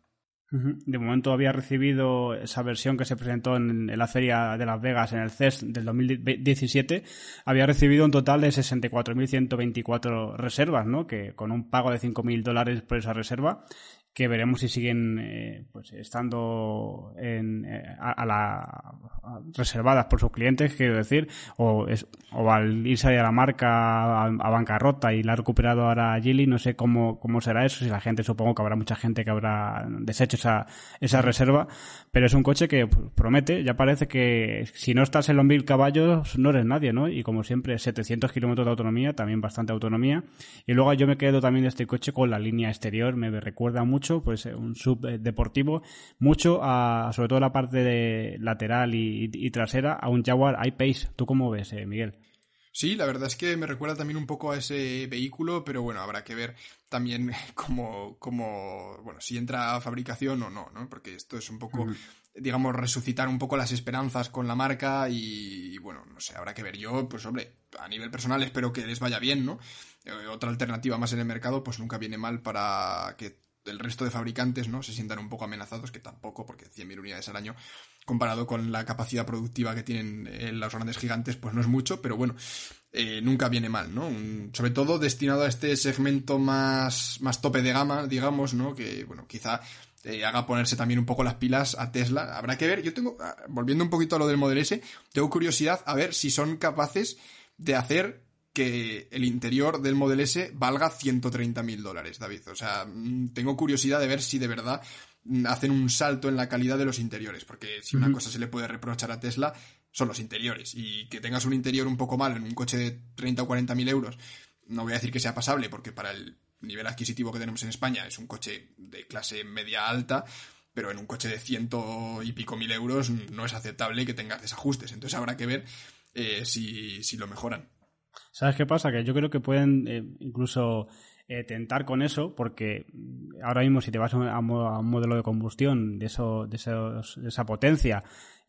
De momento había recibido esa versión que se presentó en, en la Feria de Las Vegas en el C E S del dos mil diecisiete, había recibido un total de sesenta y cuatro mil ciento veinticuatro reservas, ¿no? Que con un pago de cinco mil dólares por esa reserva, que veremos si siguen eh, pues estando en, eh, a, a la a, reservadas por sus clientes, quiero decir, o, es, o al irse a la marca a, a bancarrota y la ha recuperado ahora Geely, no sé cómo, cómo será eso, si la gente, supongo que habrá mucha gente que habrá deshecho esa, esa reserva, pero es un coche que promete. Ya parece que si no estás en los mil caballos no eres nadie, ¿no? Y como siempre, setecientos kilómetros de autonomía, también bastante autonomía. Y luego yo me quedo también de este coche con la línea exterior, me recuerda mucho, pues un sub deportivo, mucho a, sobre todo la parte de lateral y, y, y trasera, a un Jaguar I-Pace. ¿Tú cómo ves, eh, Miguel? Sí, la verdad es que me recuerda también un poco a ese vehículo, pero bueno, habrá que ver también cómo, cómo bueno, si entra a fabricación o no, ¿no? Porque esto es un poco, uh-huh. digamos, resucitar un poco las esperanzas con la marca y, y, bueno, no sé, habrá que ver. Yo, pues hombre, a nivel personal espero que les vaya bien, ¿no? Eh, otra alternativa más en el mercado, pues nunca viene mal para que el resto de fabricantes, ¿no?, se sientan un poco amenazados, que tampoco, porque cien mil unidades al año, comparado con la capacidad productiva que tienen eh, los grandes gigantes, pues no es mucho, pero bueno, eh, nunca viene mal, ¿no? Un, sobre todo destinado a este segmento más, más tope de gama, digamos, ¿no?, que, bueno, quizá eh, haga ponerse también un poco las pilas a Tesla. Habrá que ver. Yo tengo, volviendo un poquito a lo del Model S, tengo curiosidad a ver si son capaces de hacer que el interior del Model S valga ciento treinta mil dólares, David. O sea, tengo curiosidad de ver si de verdad hacen un salto en la calidad de los interiores, porque si una uh-huh. cosa se le puede reprochar a Tesla son los interiores, y que tengas un interior un poco malo en un coche de treinta o cuarenta mil euros, no voy a decir que sea pasable, porque para el nivel adquisitivo que tenemos en España es un coche de clase media alta, pero en un coche de ciento y pico mil euros no es aceptable que tengas desajustes. Entonces habrá que ver eh, si, si lo mejoran. ¿Sabes qué pasa? Que yo creo que pueden eh, incluso eh, tentar con eso, porque ahora mismo si te vas a un, a un modelo de combustión de, eso, de, esos, de esa potencia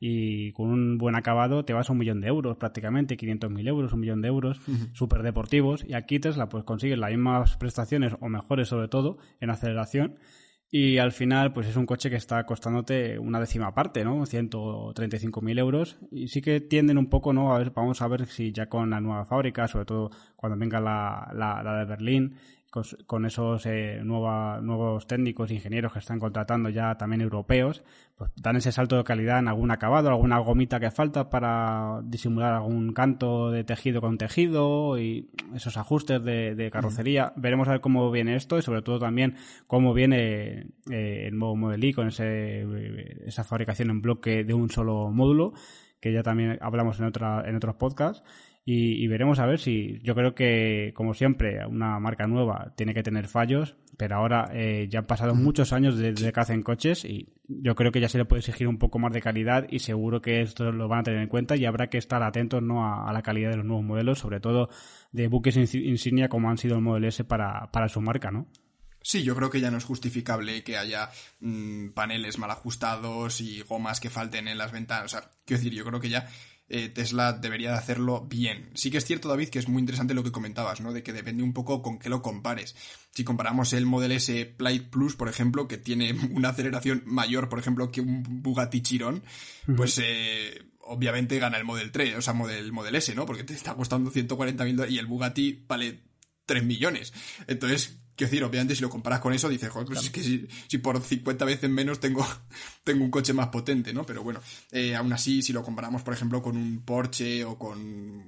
y con un buen acabado, te vas a un millón de euros prácticamente, quinientos mil euros, un millón de euros, uh-huh. súper deportivos, y aquí Tesla pues consigues las mismas prestaciones o mejores sobre todo en aceleración. Y al final, pues es un coche que está costándote una décima parte, ¿no? ciento treinta y cinco mil euros. Y sí que tienden un poco, ¿no? A ver, vamos a ver si ya con la nueva fábrica, sobre todo cuando venga la, la, la de Berlín, con, con esos eh, nueva, nuevos técnicos e ingenieros que están contratando ya también europeos, pues dan ese salto de calidad en algún acabado, alguna gomita que falta para disimular algún canto de tejido con tejido y esos ajustes de, de carrocería. Mm. Veremos a ver cómo viene esto y sobre todo también cómo viene eh, el nuevo Model Y con ese, esa fabricación en bloque de un solo módulo, que ya también hablamos en otra en otros podcasts. Y, y veremos a ver si, yo creo que, como siempre, una marca nueva tiene que tener fallos, pero ahora eh, ya han pasado mm. muchos años desde que hacen coches y yo creo que ya se le puede exigir un poco más de calidad y seguro que esto lo van a tener en cuenta y habrá que estar atentos, ¿no?, a, a la calidad de los nuevos modelos, sobre todo de buques insignia como han sido el Model S para, para su marca, ¿no? Sí, yo creo que ya no es justificable que haya mmm, paneles mal ajustados y gomas que falten en las ventanas. O sea, quiero decir, yo creo que ya eh, Tesla debería de hacerlo bien. Sí que es cierto, David, que es muy interesante lo que comentabas, ¿no? De que depende un poco con qué lo compares. Si comparamos el Model S Plaid Plus, por ejemplo, que tiene una aceleración mayor, por ejemplo, que un Bugatti Chiron, uh-huh. pues eh, obviamente gana el Model tres, o sea, Model, Model S, ¿no? Porque te está costando ciento cuarenta mil dólares y el Bugatti vale tres millones. Entonces, quiero decir, obviamente si lo comparas con eso, dices, joder, pues claro. es que si, si por cincuenta veces menos tengo, tengo un coche más potente, ¿no? Pero bueno, eh, aún así, si lo comparamos, por ejemplo, con un Porsche o con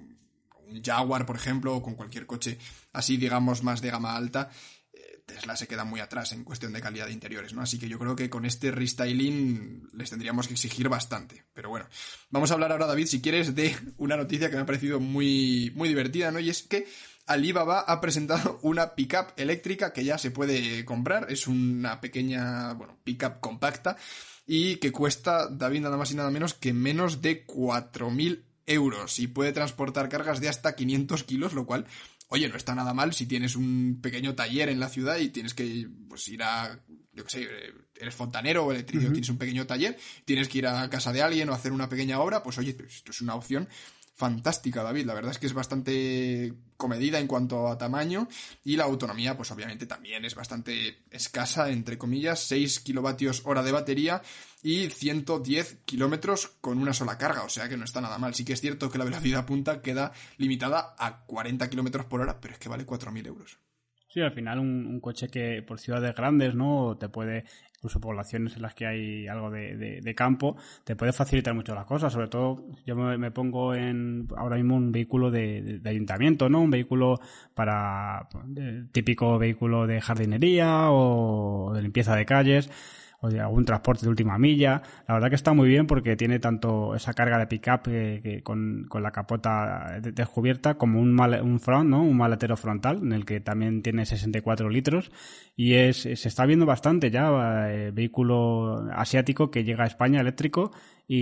un Jaguar, por ejemplo, o con cualquier coche así, digamos, más de gama alta, eh, Tesla se queda muy atrás en cuestión de calidad de interiores, ¿no? Así que yo creo que con este restyling les tendríamos que exigir bastante. Pero bueno, vamos a hablar ahora, David, si quieres, de una noticia que me ha parecido muy, muy divertida, ¿no? Y es que Alibaba ha presentado una pickup eléctrica que ya se puede comprar. Es una pequeña, bueno, pickup compacta y que cuesta, David, nada más y nada menos que menos de cuatro mil euros y puede transportar cargas de hasta quinientos kilos, lo cual, oye, no está nada mal si tienes un pequeño taller en la ciudad y tienes que, pues, ir a, yo qué sé, eres fontanero o electricista, uh-huh. tienes un pequeño taller, tienes que ir a casa de alguien o hacer una pequeña obra, pues oye, esto es una opción fantástica, David. La verdad es que es bastante comedida en cuanto a tamaño y la autonomía, pues obviamente también es bastante escasa, entre comillas, seis kilovatios hora de batería y ciento diez kilómetros con una sola carga, o sea que no está nada mal. Sí que es cierto que la velocidad punta queda limitada a cuarenta kilómetros por hora, pero es que vale cuatro mil euros. Sí, al final un, un coche que por ciudades grandes, ¿no? Te puede, incluso poblaciones en las que hay algo de, de, de campo, te puede facilitar mucho las cosas. Sobre todo, yo me, me pongo en ahora mismo un vehículo de, de, de ayuntamiento, ¿no? Un vehículo para, de, típico vehículo de jardinería o de limpieza de calles, o de algún transporte de última milla. La verdad que está muy bien porque tiene tanto esa carga de pick-up que, que con, con la capota descubierta como un, mal, un front, ¿no? Un maletero frontal en el que también tiene sesenta y cuatro litros y es se está viendo bastante ya eh, vehículo asiático que llega a España eléctrico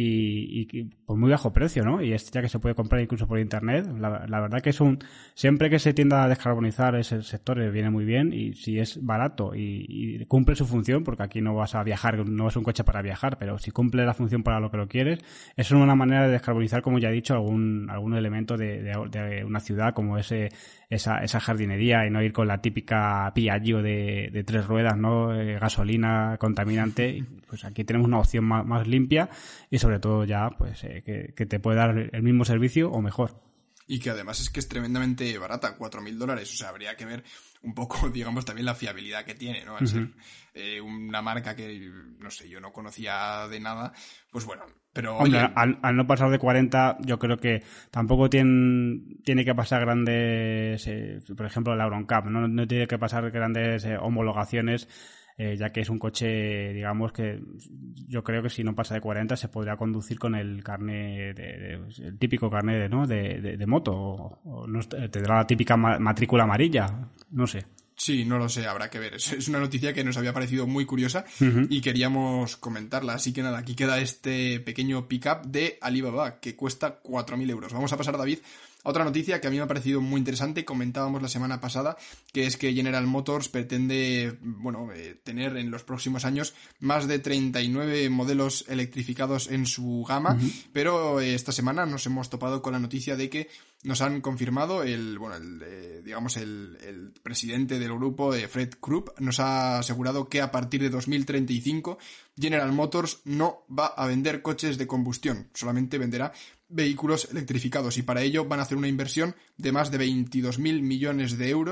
y, y por muy bajo precio, ¿no? Y este ya que se puede comprar incluso por internet. La, la verdad que es un, siempre que se tienda a descarbonizar ese sector viene muy bien y si es barato y, y cumple su función, porque aquí no vas a viajar, no es un coche para viajar, pero si cumple la función para lo que lo quieres, es una manera de descarbonizar, como ya he dicho, algún, algún elemento de, de, de una ciudad como ese, esa, esa jardinería y no ir con la típica Piaggio de, de tres ruedas, ¿no? Eh, gasolina contaminante. Pues aquí tenemos una opción más, más limpia y sobre todo ya pues eh, que, que te puede dar el mismo servicio o mejor. Y que además es que es tremendamente barata, cuatro mil dólares. O sea, habría que ver un poco, digamos, también la fiabilidad que tiene, ¿no? Al uh-huh. ser eh, una marca que, no sé, yo no conocía de nada, pues bueno, pero Hombre, oye... al, al no pasar de cuarenta, yo creo que tampoco tiene, tiene que pasar grandes, eh, por ejemplo, el Euroncap, ¿no? No tiene que pasar grandes eh, homologaciones, Eh, ya que es un coche, digamos, que yo creo que si no pasa de cuarenta se podría conducir con el carnet, de, de, el típico carnet, ¿no? de, de, de moto, o, o no, tendrá la típica ma- matrícula amarilla, no sé. Sí, no lo sé, habrá que ver. Es una noticia que nos había parecido muy curiosa uh-huh. y queríamos comentarla. Así que nada, aquí queda este pequeño pick-up de Alibaba, que cuesta cuatro mil euros. Vamos a pasar, David, a otra noticia que a mí me ha parecido muy interesante. Comentábamos la semana pasada, que es que General Motors pretende, bueno, eh, tener en los próximos años más de treinta y nueve modelos electrificados en su gama, uh-huh. pero eh, esta semana nos hemos topado con la noticia de que nos han confirmado el, bueno, el, eh, digamos, el, el presidente del grupo, eh, Fred Krupp, nos ha asegurado que a partir de dos mil treinta y cinco General Motors no va a vender coches de combustión, solamente venderá vehículos electrificados y para ello van a hacer una inversión de más de veintidós mil millones de euros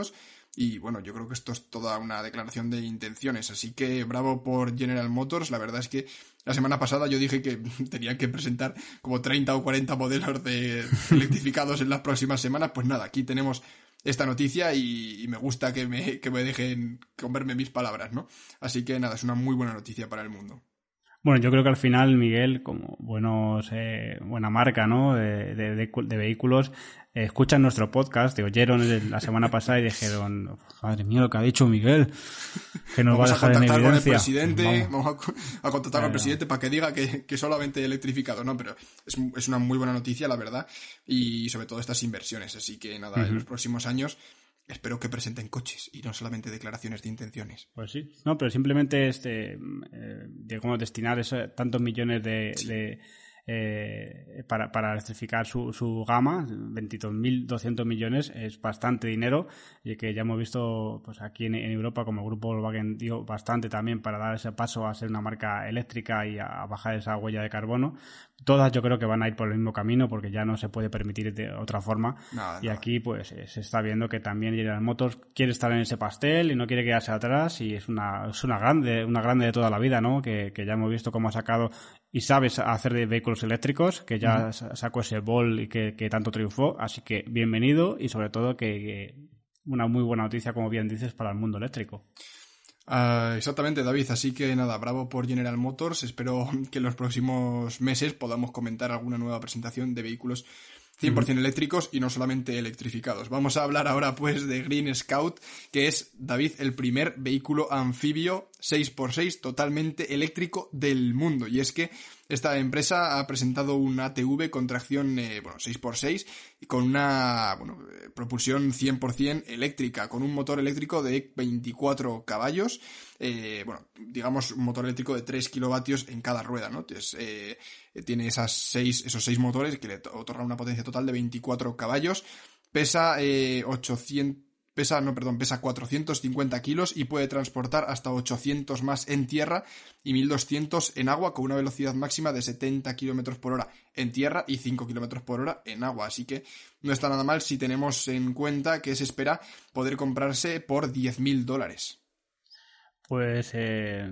Y bueno, yo creo que esto es toda una declaración de intenciones, así que bravo por General Motors. La verdad es que la semana pasada yo dije que tenían que presentar como treinta o cuarenta modelos de electrificados en las próximas semanas. Pues nada, aquí tenemos esta noticia y, y me gusta que me, que me dejen comerme mis palabras, ¿no? Así que nada, es una muy buena noticia para el mundo. Bueno, yo creo que al final, Miguel, como buenos, eh, buena marca, ¿no? De, de, de, de vehículos, eh, escuchan nuestro podcast, te oyeron la semana pasada y dijeron, madre mía, lo que ha dicho Miguel, que nos vamos va a dejar en evidencia. Con el presidente, vamos, vamos a, a contactar eh, con el presidente para que diga que, que solamente electrificado, ¿no? Pero es, es una muy buena noticia, la verdad, y sobre todo estas inversiones. Así que nada, uh-huh. en los próximos años espero que presenten coches y no solamente declaraciones de intenciones. Pues sí. No, pero simplemente este, eh, digamos, destinar eso, tantos millones de, sí. de eh, para, para electrificar su, su gama, veintidós mil doscientos millones, es bastante dinero, y que ya hemos visto pues aquí en, en Europa como el grupo Volkswagen dio bastante también para dar ese paso a ser una marca eléctrica y a, a bajar esa huella de carbono. Todas yo creo que van a ir por el mismo camino porque ya no se puede permitir de otra forma. Nada, y nada. Aquí pues se está viendo que también General Motors quiere estar en ese pastel y no quiere quedarse atrás, y es una es una grande una grande de toda la vida, ¿no? Que, que ya hemos visto cómo ha sacado y sabe hacer de vehículos eléctricos, que ya uh-huh. sacó ese Volt y que, que tanto triunfó. Así que bienvenido, y sobre todo que, que una muy buena noticia, como bien dices, para el mundo eléctrico. Uh, exactamente, David, así que nada, bravo por General Motors. Espero que en los próximos meses podamos comentar alguna nueva presentación de vehículos cien por ciento uh-huh. eléctricos y no solamente electrificados. Vamos a hablar ahora pues de Green Scout, que es, David, el primer vehículo anfibio seis por seis totalmente eléctrico del mundo. Y es que esta empresa ha presentado un A T V con tracción eh, bueno, seis por seis y con una bueno, eh, propulsión cien por ciento eléctrica, con un motor eléctrico de veinticuatro caballos, eh, bueno, digamos un motor eléctrico de tres kilovatios en cada rueda, ¿no? Entonces, eh, tiene esas seis, esos seis motores que le otorgan una potencia total de veinticuatro caballos, pesa eh, ochocientos Pesa, no, perdón, pesa cuatrocientos cincuenta kilos y puede transportar hasta ochocientos más en tierra y mil doscientos en agua, con una velocidad máxima de setenta kilómetros por hora en tierra y cinco kilómetros por hora en agua. Así que no está nada mal si tenemos en cuenta que se espera poder comprarse por diez mil dólares. Pues eh,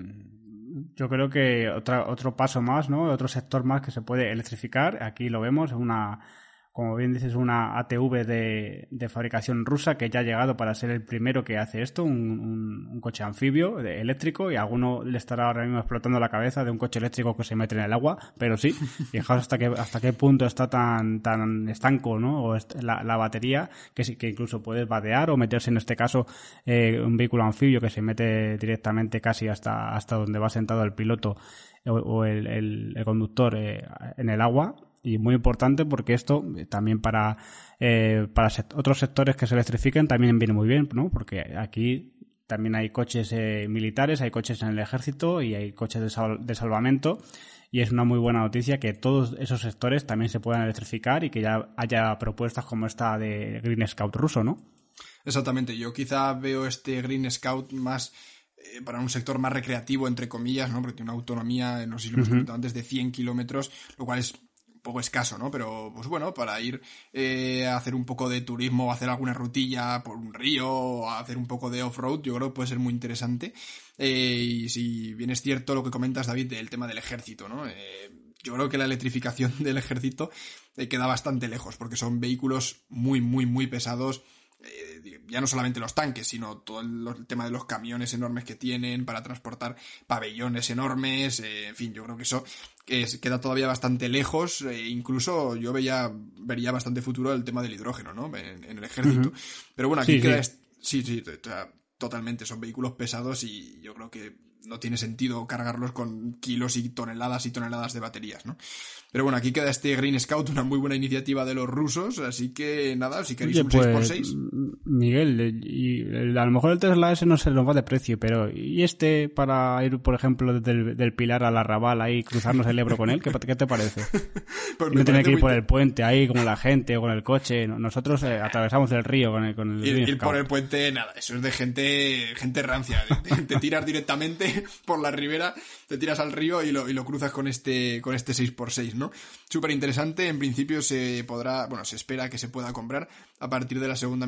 yo creo que otra, otro paso más, ¿no? Otro sector más que se puede electrificar. Aquí lo vemos, una... Como bien dices, una A T V de, de fabricación rusa que ya ha llegado para ser el primero que hace esto, un, un, un coche anfibio de, eléctrico, y a alguno le estará ahora mismo explotando la cabeza de un coche eléctrico que se mete en el agua, pero sí, fijaos hasta qué, hasta qué punto está tan, tan estanco, ¿no? O la, la batería, que, que incluso puedes vadear o meterse, en este caso, eh, un vehículo anfibio que se mete directamente casi hasta, hasta donde va sentado el piloto o, o el, el, el conductor eh, en el agua. Y muy importante porque esto también para eh, para sect- otros sectores que se electrifiquen también viene muy bien, ¿no? Porque aquí también hay coches eh, militares, hay coches en el ejército y hay coches de, sal- de salvamento, y es una muy buena noticia que todos esos sectores también se puedan electrificar y que ya haya propuestas como esta de Green Scout ruso, ¿no? Exactamente, yo quizá veo este Green Scout más eh, para un sector más recreativo, entre comillas, ¿no? Porque tiene una autonomía, no sé si lo hemos comentado uh-huh. antes, de cien kilómetros, lo cual es poco escaso, ¿no? Pero, pues bueno, para ir eh, a hacer un poco de turismo, hacer alguna rutilla por un río, o hacer un poco de off-road, yo creo que puede ser muy interesante. Eh, y si bien es cierto lo que comentas, David, del tema del ejército, ¿no? Eh, yo creo que la electrificación del ejército eh, queda bastante lejos, porque son vehículos muy, muy, muy pesados. Eh, ya no solamente los tanques, sino todo el, el tema de los camiones enormes que tienen para transportar pabellones enormes, eh, en fin, yo creo que eso que queda todavía bastante lejos. Eh, incluso yo veía vería bastante futuro el tema del hidrógeno, ¿no? En, en el ejército. Uh-huh. Pero bueno, aquí sí, queda... Sí, sí, sí t- t- totalmente, son vehículos pesados y yo creo que no tiene sentido cargarlos con kilos y toneladas y toneladas de baterías, ¿no? Pero bueno, aquí queda este Green Scout, una muy buena iniciativa de los rusos, así que nada, si queréis Oye, un pues, seis por seis... Miguel, y a lo mejor el Tesla S no se nos va de precio, pero ¿y este para ir, por ejemplo, del, del Pilar a la Raval ahí, cruzarnos el Ebro con él? ¿Qué, qué te parece? Pues y no tener que ir por el puente ahí con la gente o con el coche. Nosotros eh, atravesamos el río con el, con el Ir, ir por el puente, nada, eso es de gente gente rancia. Te, te tiras directamente por la ribera, te tiras al río y lo, y lo cruzas con este con este seis por seis, ¿no? Súper interesante. En principio se podrá, bueno, se espera que se pueda comprar a partir de la segunda mitad de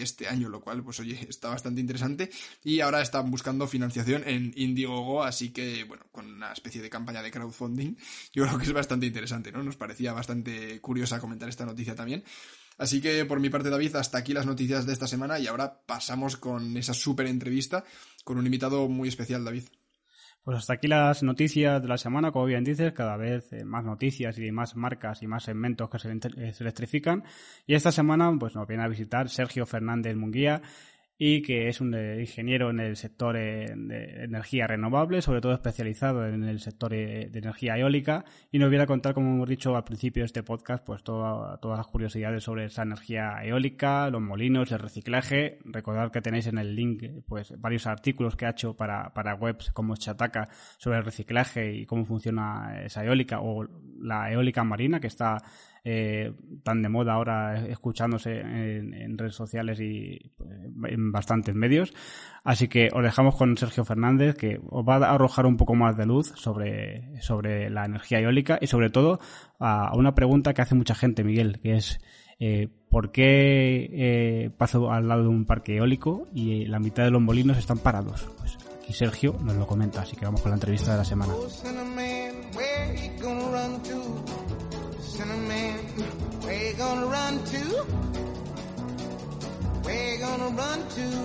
este año, lo cual, pues oye, está bastante interesante. Y ahora están buscando financiación en Indiegogo, así que, bueno, con una especie de campaña de crowdfunding, yo creo que es bastante interesante, ¿no? Nos parecía bastante curiosa comentar esta noticia también. Así que, por mi parte, David, hasta aquí las noticias de esta semana y ahora pasamos con esa súper entrevista con un invitado muy especial, David. Pues hasta aquí las noticias de la semana, como bien dices, cada vez más noticias y más marcas y más segmentos que se electrifican. Y esta semana pues nos viene a visitar Sergio Fernández Munguía, y que es un ingeniero en el sector de energía renovable, sobre todo especializado en el sector de energía eólica, y nos viene a contar, como hemos dicho al principio de este podcast, pues toda, todas las curiosidades sobre esa energía eólica, los molinos, el reciclaje. Recordad que tenéis en el link pues varios artículos que ha hecho para, para webs como Chataca sobre el reciclaje y cómo funciona esa eólica, o la eólica marina, que está Eh, tan de moda ahora, escuchándose en, en redes sociales y en bastantes medios. Así que os dejamos con Sergio Fernández, que os va a arrojar un poco más de luz sobre, sobre la energía eólica y sobre todo a, a una pregunta que hace mucha gente, Miguel, que es eh, ¿por qué eh, paso al lado de un parque eólico y la mitad de los molinos están parados? Pues aquí Sergio nos lo comenta, así que vamos con la entrevista de la semana. Where you gonna run to? Where you gonna run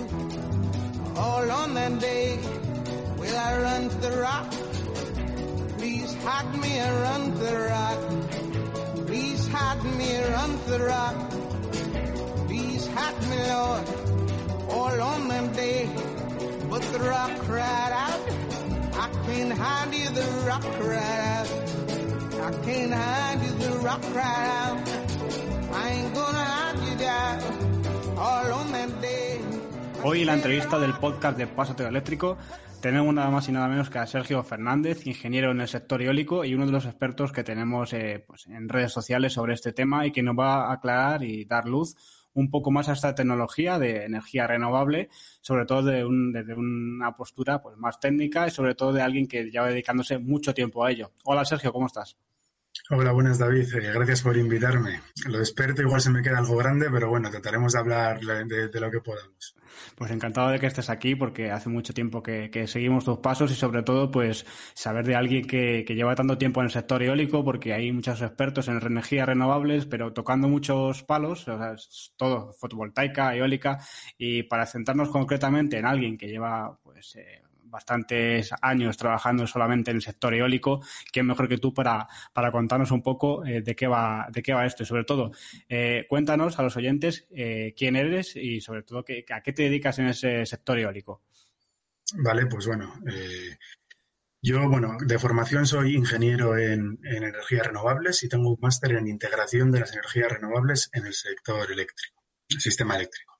to? All on that day, will I run to the rock? Please hide me and run to the rock. Please hide me and run to the rock. Please hide me, Lord, all on that day. But the rock cried out, I can't hide you, the rock cried out. I can't hide you, the rock cried out. I ain't gonna hide you down all on that day. Hoy en la entrevista del podcast de Pásateo Eléctrico tenemos nada más y nada menos que a Sergio Fernández, ingeniero en el sector eólico y uno de los expertos que tenemos eh, pues en redes sociales sobre este tema, y que nos va a aclarar y dar luz un poco más a esta tecnología de energía renovable, sobre todo de un, desde una postura pues más técnica y sobre todo de alguien que lleva dedicándose mucho tiempo a ello. Hola Sergio, ¿cómo estás? Hola, buenas David, eh, gracias por invitarme. Lo de experto igual se me queda algo grande, pero bueno, trataremos de hablar de, de lo que podamos. Pues encantado de que estés aquí, porque hace mucho tiempo que, que seguimos tus pasos y sobre todo pues saber de alguien que, que lleva tanto tiempo en el sector eólico, porque hay muchos expertos en energías renovables, pero tocando muchos palos, o sea, es todo, fotovoltaica, eólica, y para centrarnos concretamente en alguien que lleva pues eh, bastantes años trabajando solamente en el sector eólico, ¿quién mejor que tú para, para contarnos un poco eh, de qué va de qué va esto? Y sobre todo, eh, cuéntanos a los oyentes eh, quién eres y sobre todo que, a qué te dedicas en ese sector eólico. Vale, pues bueno, eh, yo, bueno, de formación soy ingeniero en, en energías renovables y tengo un máster en integración de las energías renovables en el sector eléctrico, el sistema eléctrico.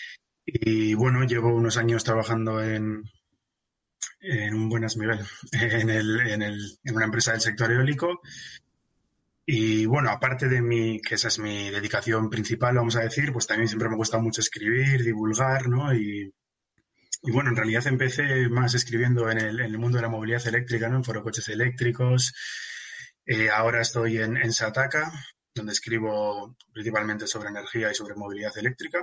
Y bueno, llevo unos años trabajando en en un buen nivel en, el, en, el, en una empresa del sector eólico. Y bueno, aparte de mi, que esa es mi dedicación principal, vamos a decir, pues también siempre me ha gustado mucho escribir, divulgar, ¿no? Y, y bueno, en realidad empecé más escribiendo en el, en el mundo de la movilidad eléctrica, ¿no? En Foro Coches Eléctricos. Eh, ahora estoy en, en Chataca, donde escribo principalmente sobre energía y sobre movilidad eléctrica.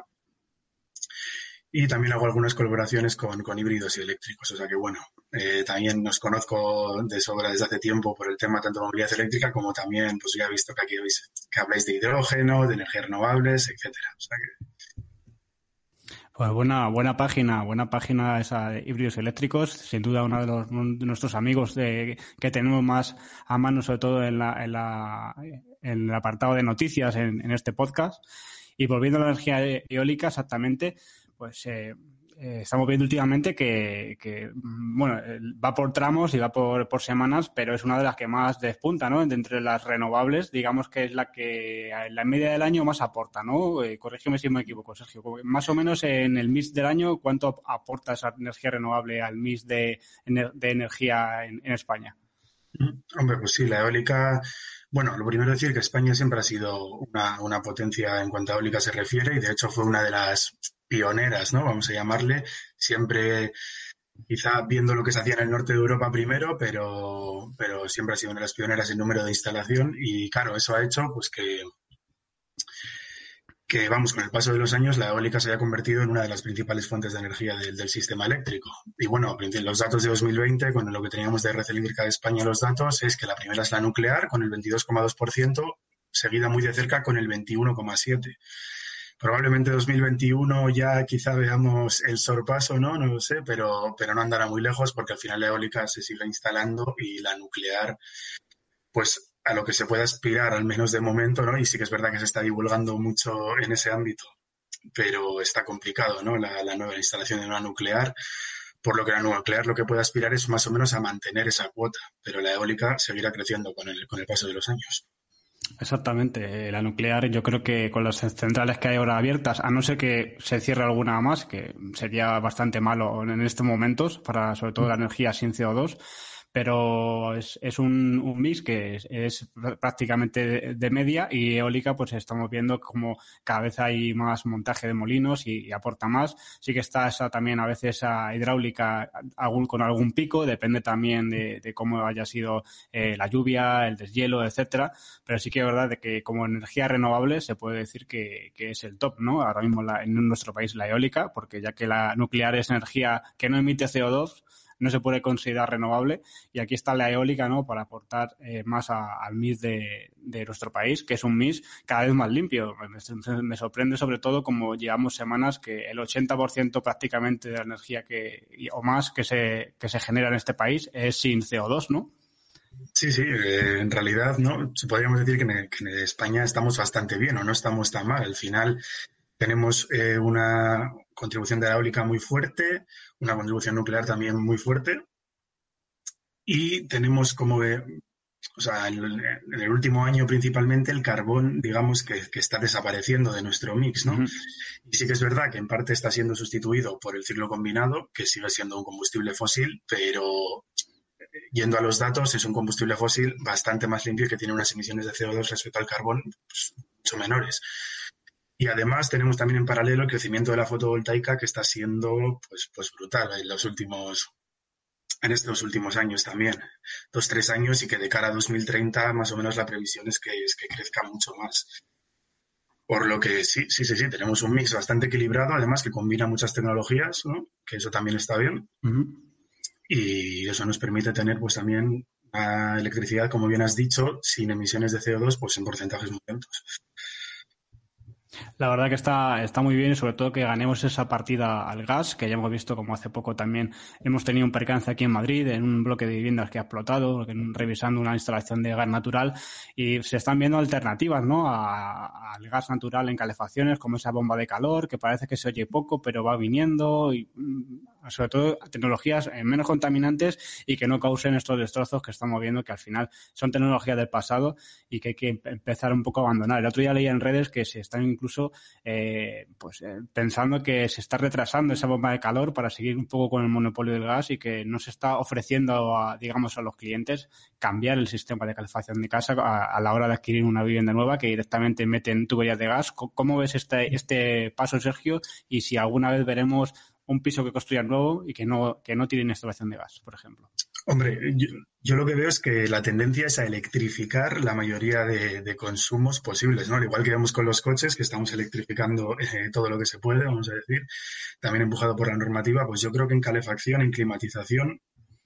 Y también hago algunas colaboraciones con, con híbridos y eléctricos. O sea que, bueno, eh, también os conozco de sobra desde hace tiempo por el tema tanto de movilidad eléctrica como también, pues ya he visto que aquí habéis, que habláis de hidrógeno, de energías renovables, etcétera. O sea que... Pues buena, buena página, buena página esa de híbridos eléctricos. Sin duda uno de, los, uno de nuestros amigos de, que tenemos más a mano, sobre todo en, la, en, la, en el apartado de noticias en, en este podcast. Y volviendo a la energía eólica, exactamente, pues eh, eh, estamos viendo últimamente que, que, bueno, va por tramos y va por, por semanas, pero es una de las que más despunta, ¿no? De entre las renovables, digamos que es la que en la media del año más aporta, ¿no? Eh, corrígeme si me equivoco, Sergio. Más o menos en el mix del año, ¿cuánto aporta esa energía renovable al mix de, de energía en, en España? Hombre, pues sí, la eólica... Bueno, lo primero es decir que España siempre ha sido una, una potencia en cuanto a eólica se refiere y de hecho fue una de las pioneras, ¿no? Vamos a llamarle, siempre quizá viendo lo que se hacía en el norte de Europa primero, pero, pero siempre ha sido una de las pioneras en número de instalación y claro, eso ha hecho pues que, que, vamos, con el paso de los años la eólica se haya convertido en una de las principales fuentes de energía del, del sistema eléctrico. Y bueno, los datos de dos mil veinte, con lo que teníamos de Red Eléctrica de España, los datos, es que la primera es la nuclear, con el veintidós coma dos por ciento, seguida muy de cerca con el veintiuno coma siete por ciento. Probablemente dos mil veintiuno ya quizá veamos el sorpaso, ¿no? No lo sé, pero, pero no andará muy lejos porque al final la eólica se sigue instalando y la nuclear, pues a lo que se puede aspirar, al menos de momento, ¿no? Y sí que es verdad que se está divulgando mucho en ese ámbito, pero está complicado, ¿no? La, la nueva instalación de una nuclear, por lo que la nuclear lo que puede aspirar es más o menos a mantener esa cuota, pero la eólica seguirá creciendo con el, con el paso de los años. Exactamente. La nuclear, yo creo que con las centrales que hay ahora abiertas, a no ser que se cierre alguna más, que sería bastante malo en estos momentos, para sobre todo la energía sin C O dos, pero es, es un, un mix que es, es prácticamente de, de media, y eólica pues estamos viendo como cada vez hay más montaje de molinos y, y aporta más. Sí que está esa también a veces esa hidráulica algún, con algún pico, depende también de, de cómo haya sido eh, la lluvia, el deshielo, etcétera, pero sí que es verdad de que como energía renovable se puede decir que, que es el top, ¿no? Ahora mismo la, en nuestro país la eólica, porque ya que la nuclear es energía que no emite C O dos, no se puede considerar renovable, y aquí está la eólica, ¿no? Para aportar eh, más a, al mix de, de nuestro país, que es un mix cada vez más limpio. Me, me sorprende sobre todo como llevamos semanas que el ochenta por ciento prácticamente de la energía que o más que se que se genera en este país es sin C O dos, ¿no? Sí, sí, eh, en realidad, ¿no? Podríamos decir que en, que en España estamos bastante bien o no estamos tan mal. Al final tenemos eh, una contribución de la eólica muy fuerte, una contribución nuclear también muy fuerte, y tenemos como, eh, o sea, en, en el último año principalmente el carbón, digamos, que, que está desapareciendo de nuestro mix, ¿no? Uh-huh. Y sí que es verdad que en parte está siendo sustituido por el ciclo combinado, que sigue siendo un combustible fósil, pero yendo a los datos es un combustible fósil bastante más limpio y que tiene unas emisiones de C O dos respecto al carbón pues, mucho menores. Y además tenemos también en paralelo el crecimiento de la fotovoltaica, que está siendo pues, pues brutal en los últimos, en estos últimos años también, dos, tres años, y que de cara a dos mil treinta más o menos la previsión es que, es que crezca mucho más. Por lo que sí, sí, sí, sí, tenemos un mix bastante equilibrado, además que combina muchas tecnologías, ¿no? Que eso también está bien. Uh-huh. Y eso nos permite tener pues también una electricidad, como bien has dicho, sin emisiones de C O dos, pues en porcentajes muy altos. La verdad que está, está muy bien, y sobre todo que ganemos esa partida al gas, que ya hemos visto como hace poco también hemos tenido un percance aquí en Madrid en un bloque de viviendas que ha explotado, revisando una instalación de gas natural, y se están viendo alternativas, ¿no? A, al gas natural en calefacciones, como esa bomba de calor, que parece que se oye poco, pero va viniendo, y sobre todo tecnologías menos contaminantes y que no causen estos destrozos que estamos viendo, que al final son tecnologías del pasado y que hay que empezar un poco a abandonar. El otro día leía en redes que se están incluso eh, pues eh, pensando que se está retrasando esa bomba de calor para seguir un poco con el monopolio del gas, y que no se está ofreciendo a, digamos, a los clientes cambiar el sistema de calefacción de casa a, a la hora de adquirir una vivienda nueva, que directamente meten tuberías de gas. ¿Cómo ves este, este paso, Sergio? Y si alguna vez veremos un piso que construyan nuevo y que no, que no tienen instalación de gas, por ejemplo. Hombre, yo, yo lo que veo es que la tendencia es a electrificar la mayoría de, de consumos posibles, ¿no? Al igual que vemos con los coches, que estamos electrificando eh, todo lo que se puede, vamos a decir, también empujado por la normativa, pues yo creo que en calefacción, en climatización,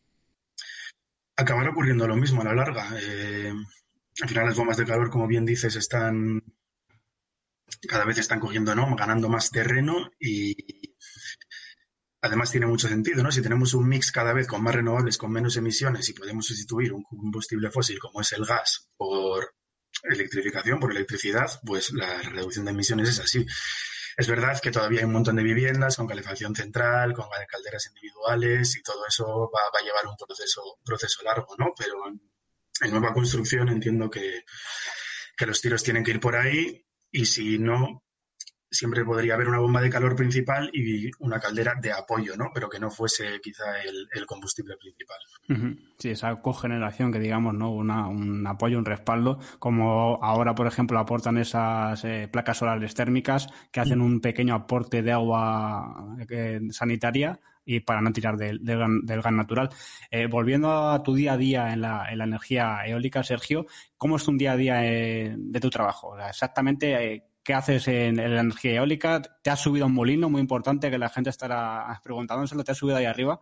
acabará ocurriendo lo mismo a la larga. Eh, al final las bombas de calor, como bien dices, están cada vez están cogiendo, ¿no? Ganando más terreno, y además tiene mucho sentido, ¿no? Si tenemos un mix cada vez con más renovables, con menos emisiones, y podemos sustituir un combustible fósil como es el gas por electrificación, por electricidad, pues la reducción de emisiones es así. Es verdad que todavía hay un montón de viviendas con calefacción central, con calderas individuales, y todo eso va, va a llevar un proceso, un proceso largo, ¿no? Pero en, en nueva construcción entiendo que, que los tiros tienen que ir por ahí, y si no, siempre podría haber una bomba de calor principal y una caldera de apoyo, ¿no? Pero que no fuese quizá el, el combustible principal. Sí, esa cogeneración que digamos, ¿no? Una, un apoyo, un respaldo, como ahora, por ejemplo, aportan esas eh, placas solares térmicas que hacen un pequeño aporte de agua eh, sanitaria, y para no tirar del, del, del gas natural. Eh, volviendo a tu día a día en la, en la energía eólica, Sergio, ¿cómo es un día a día eh, de tu trabajo? O sea, exactamente, eh, ¿qué haces en, en la energía eólica? ¿Te has subido a un molino muy importante que la gente estará preguntándoselo? ¿Te has subido ahí arriba?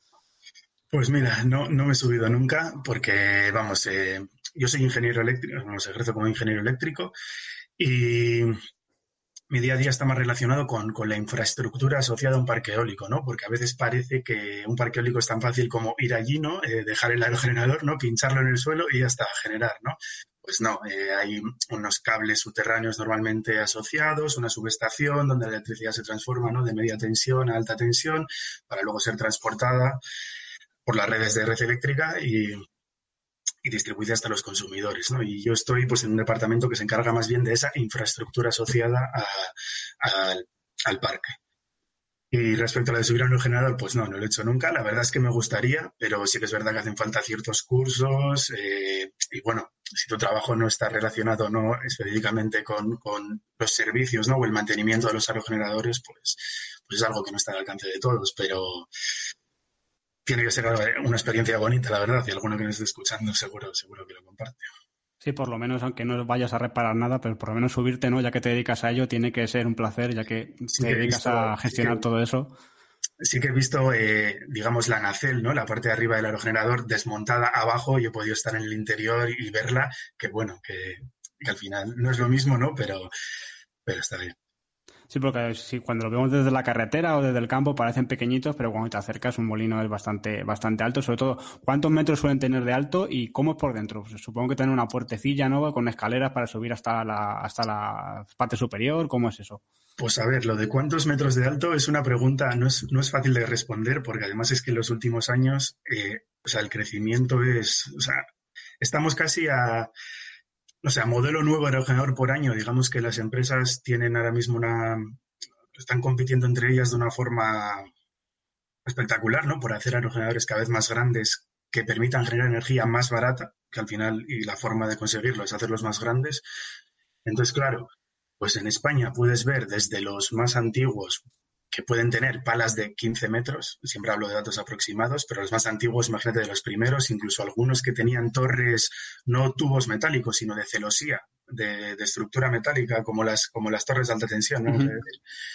Pues mira, no, no me he subido nunca porque, vamos, eh, yo soy ingeniero eléctrico, vamos, ejerzo como ingeniero eléctrico y mi día a día está más relacionado con, con la infraestructura asociada a un parque eólico, ¿no? Porque a veces parece que un parque eólico es tan fácil como ir allí, ¿no? Eh, dejar el aerogenerador, ¿no? Pincharlo en el suelo y ya está, generar, ¿no? Pues no, eh, hay unos cables subterráneos normalmente asociados, una subestación donde la electricidad se transforma, ¿no? De media tensión a alta tensión para luego ser transportada por las redes de red eléctrica y... y distribuida hasta los consumidores, ¿no? Y yo estoy pues en un departamento que se encarga más bien de esa infraestructura asociada a, a, al, al parque. Y respecto a la de subir a un generador, pues no, no lo he hecho nunca. La verdad es que me gustaría, pero sí que es verdad que hacen falta ciertos cursos eh, y bueno, si tu trabajo no está relacionado no específicamente con, con los servicios, ¿no? O el mantenimiento de los aerogeneradores, pues, pues es algo que no está al alcance de todos, pero... tiene que ser una experiencia bonita, la verdad, y alguno que me esté escuchando seguro, seguro que lo comparte. Sí, por lo menos, aunque no vayas a reparar nada, pero por lo menos subirte, ¿no? Ya que te dedicas a ello, tiene que ser un placer, ya que sí te que dedicas visto, a gestionar sí que, todo eso. Sí que he visto, eh, digamos, la nacel, ¿no? La parte de arriba del aerogenerador desmontada abajo, y he podido estar en el interior y verla, que bueno, que, que al final no es lo mismo, ¿no? Pero, pero está bien. Sí, porque si cuando lo vemos desde la carretera o desde el campo parecen pequeñitos, pero cuando te acercas un molino es bastante bastante alto. Sobre todo, ¿cuántos metros suelen tener de alto y cómo es por dentro? Pues supongo que tienen una puertecilla, ¿no? Con escaleras para subir hasta la hasta la parte superior. ¿Cómo es eso? Pues a ver, lo de cuántos metros de alto es una pregunta, no es, no es fácil de responder, porque además es que en los últimos años, eh, o sea, el crecimiento es, o sea, estamos casi a... O sea, modelo nuevo aerogenerador por año. Digamos que las empresas tienen ahora mismo una... están compitiendo entre ellas de una forma espectacular, ¿no? Por hacer aerogeneradores cada vez más grandes que permitan generar energía más barata, que al final, y la forma de conseguirlo es hacerlos más grandes. Entonces, claro, pues en España puedes ver desde los más antiguos que pueden tener palas de quince metros, siempre hablo de datos aproximados, pero los más antiguos, imagínate, de los primeros, incluso algunos que tenían torres, no tubos metálicos, sino de celosía, de, de estructura metálica, como las, como las torres de alta tensión, ¿no? Uh-huh.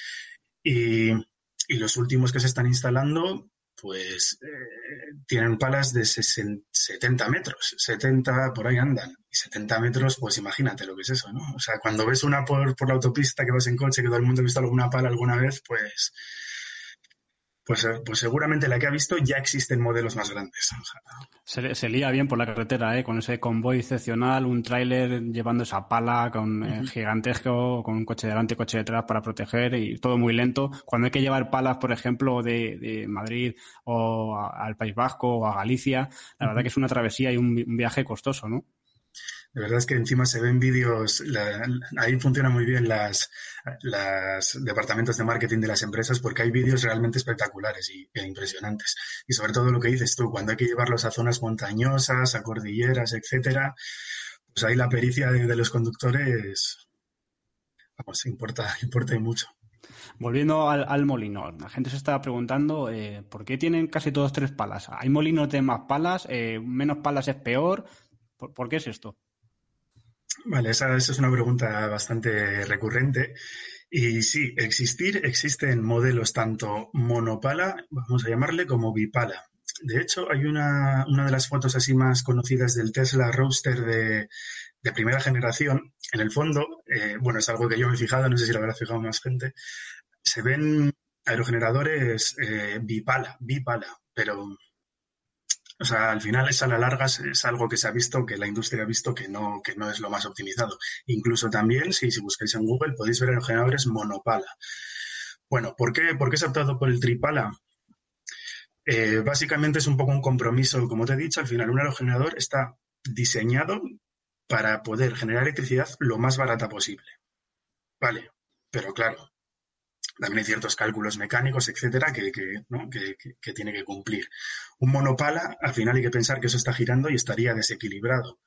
Y, y los últimos que se están instalando, pues eh, tienen palas de sesenta, setenta metros, setenta por ahí andan. Y setenta metros, pues imagínate lo que es eso, ¿no? O sea, cuando ves una por, por la autopista que vas en coche, que todo el mundo ha visto alguna pala alguna vez, pues, pues, pues seguramente la que ha visto ya existen modelos más grandes. O sea, se, se lía bien por la carretera, ¿eh? Con ese convoy excepcional, un tráiler llevando esa pala con uh-huh. eh, gigantesco, con un coche delante y coche detrás para proteger y todo muy lento. Cuando hay que llevar palas, por ejemplo, de, de Madrid o a, al País Vasco o a Galicia, la uh-huh. verdad que es una travesía y un, un viaje costoso, ¿no? De verdad es que encima se ven vídeos, la, ahí funcionan muy bien las, las departamentos de marketing de las empresas porque hay vídeos realmente espectaculares y, e impresionantes. Y sobre todo lo que dices tú, cuando hay que llevarlos a zonas montañosas, a cordilleras, etcétera, pues ahí la pericia de, de los conductores, vamos, importa, importa y mucho. Volviendo al, al molino, la gente se estaba preguntando eh, ¿por qué tienen casi todos tres palas? ¿Hay molinos de más palas? Eh, ¿Menos palas es peor? ¿Por, ¿por qué es esto? Vale, esa, esa es una pregunta bastante recurrente. Y sí, existir, existen modelos tanto monopala, vamos a llamarle, como bipala. De hecho, hay una, una de las fotos así más conocidas del Tesla Roadster de, de primera generación. En el fondo, eh, bueno, es algo que yo me he fijado, no sé si lo habrá fijado más gente, se ven aerogeneradores eh, bipala, bipala, pero... O sea, al final, esa a la larga es algo que se ha visto, que la industria ha visto que no, que no es lo más optimizado. Incluso también, si, si buscáis en Google, podéis ver aerogeneradores monopala. Bueno, ¿por qué, ¿por qué se ha optado por el tripala? Eh, básicamente es un poco un compromiso, como te he dicho, al final un aerogenerador está diseñado para poder generar electricidad lo más barata posible. Vale, pero claro, también hay ciertos cálculos mecánicos, etcétera, que, que, ¿no? que, que, que tiene que cumplir. Un monopala, al final hay que pensar que eso está girando y estaría desequilibrado.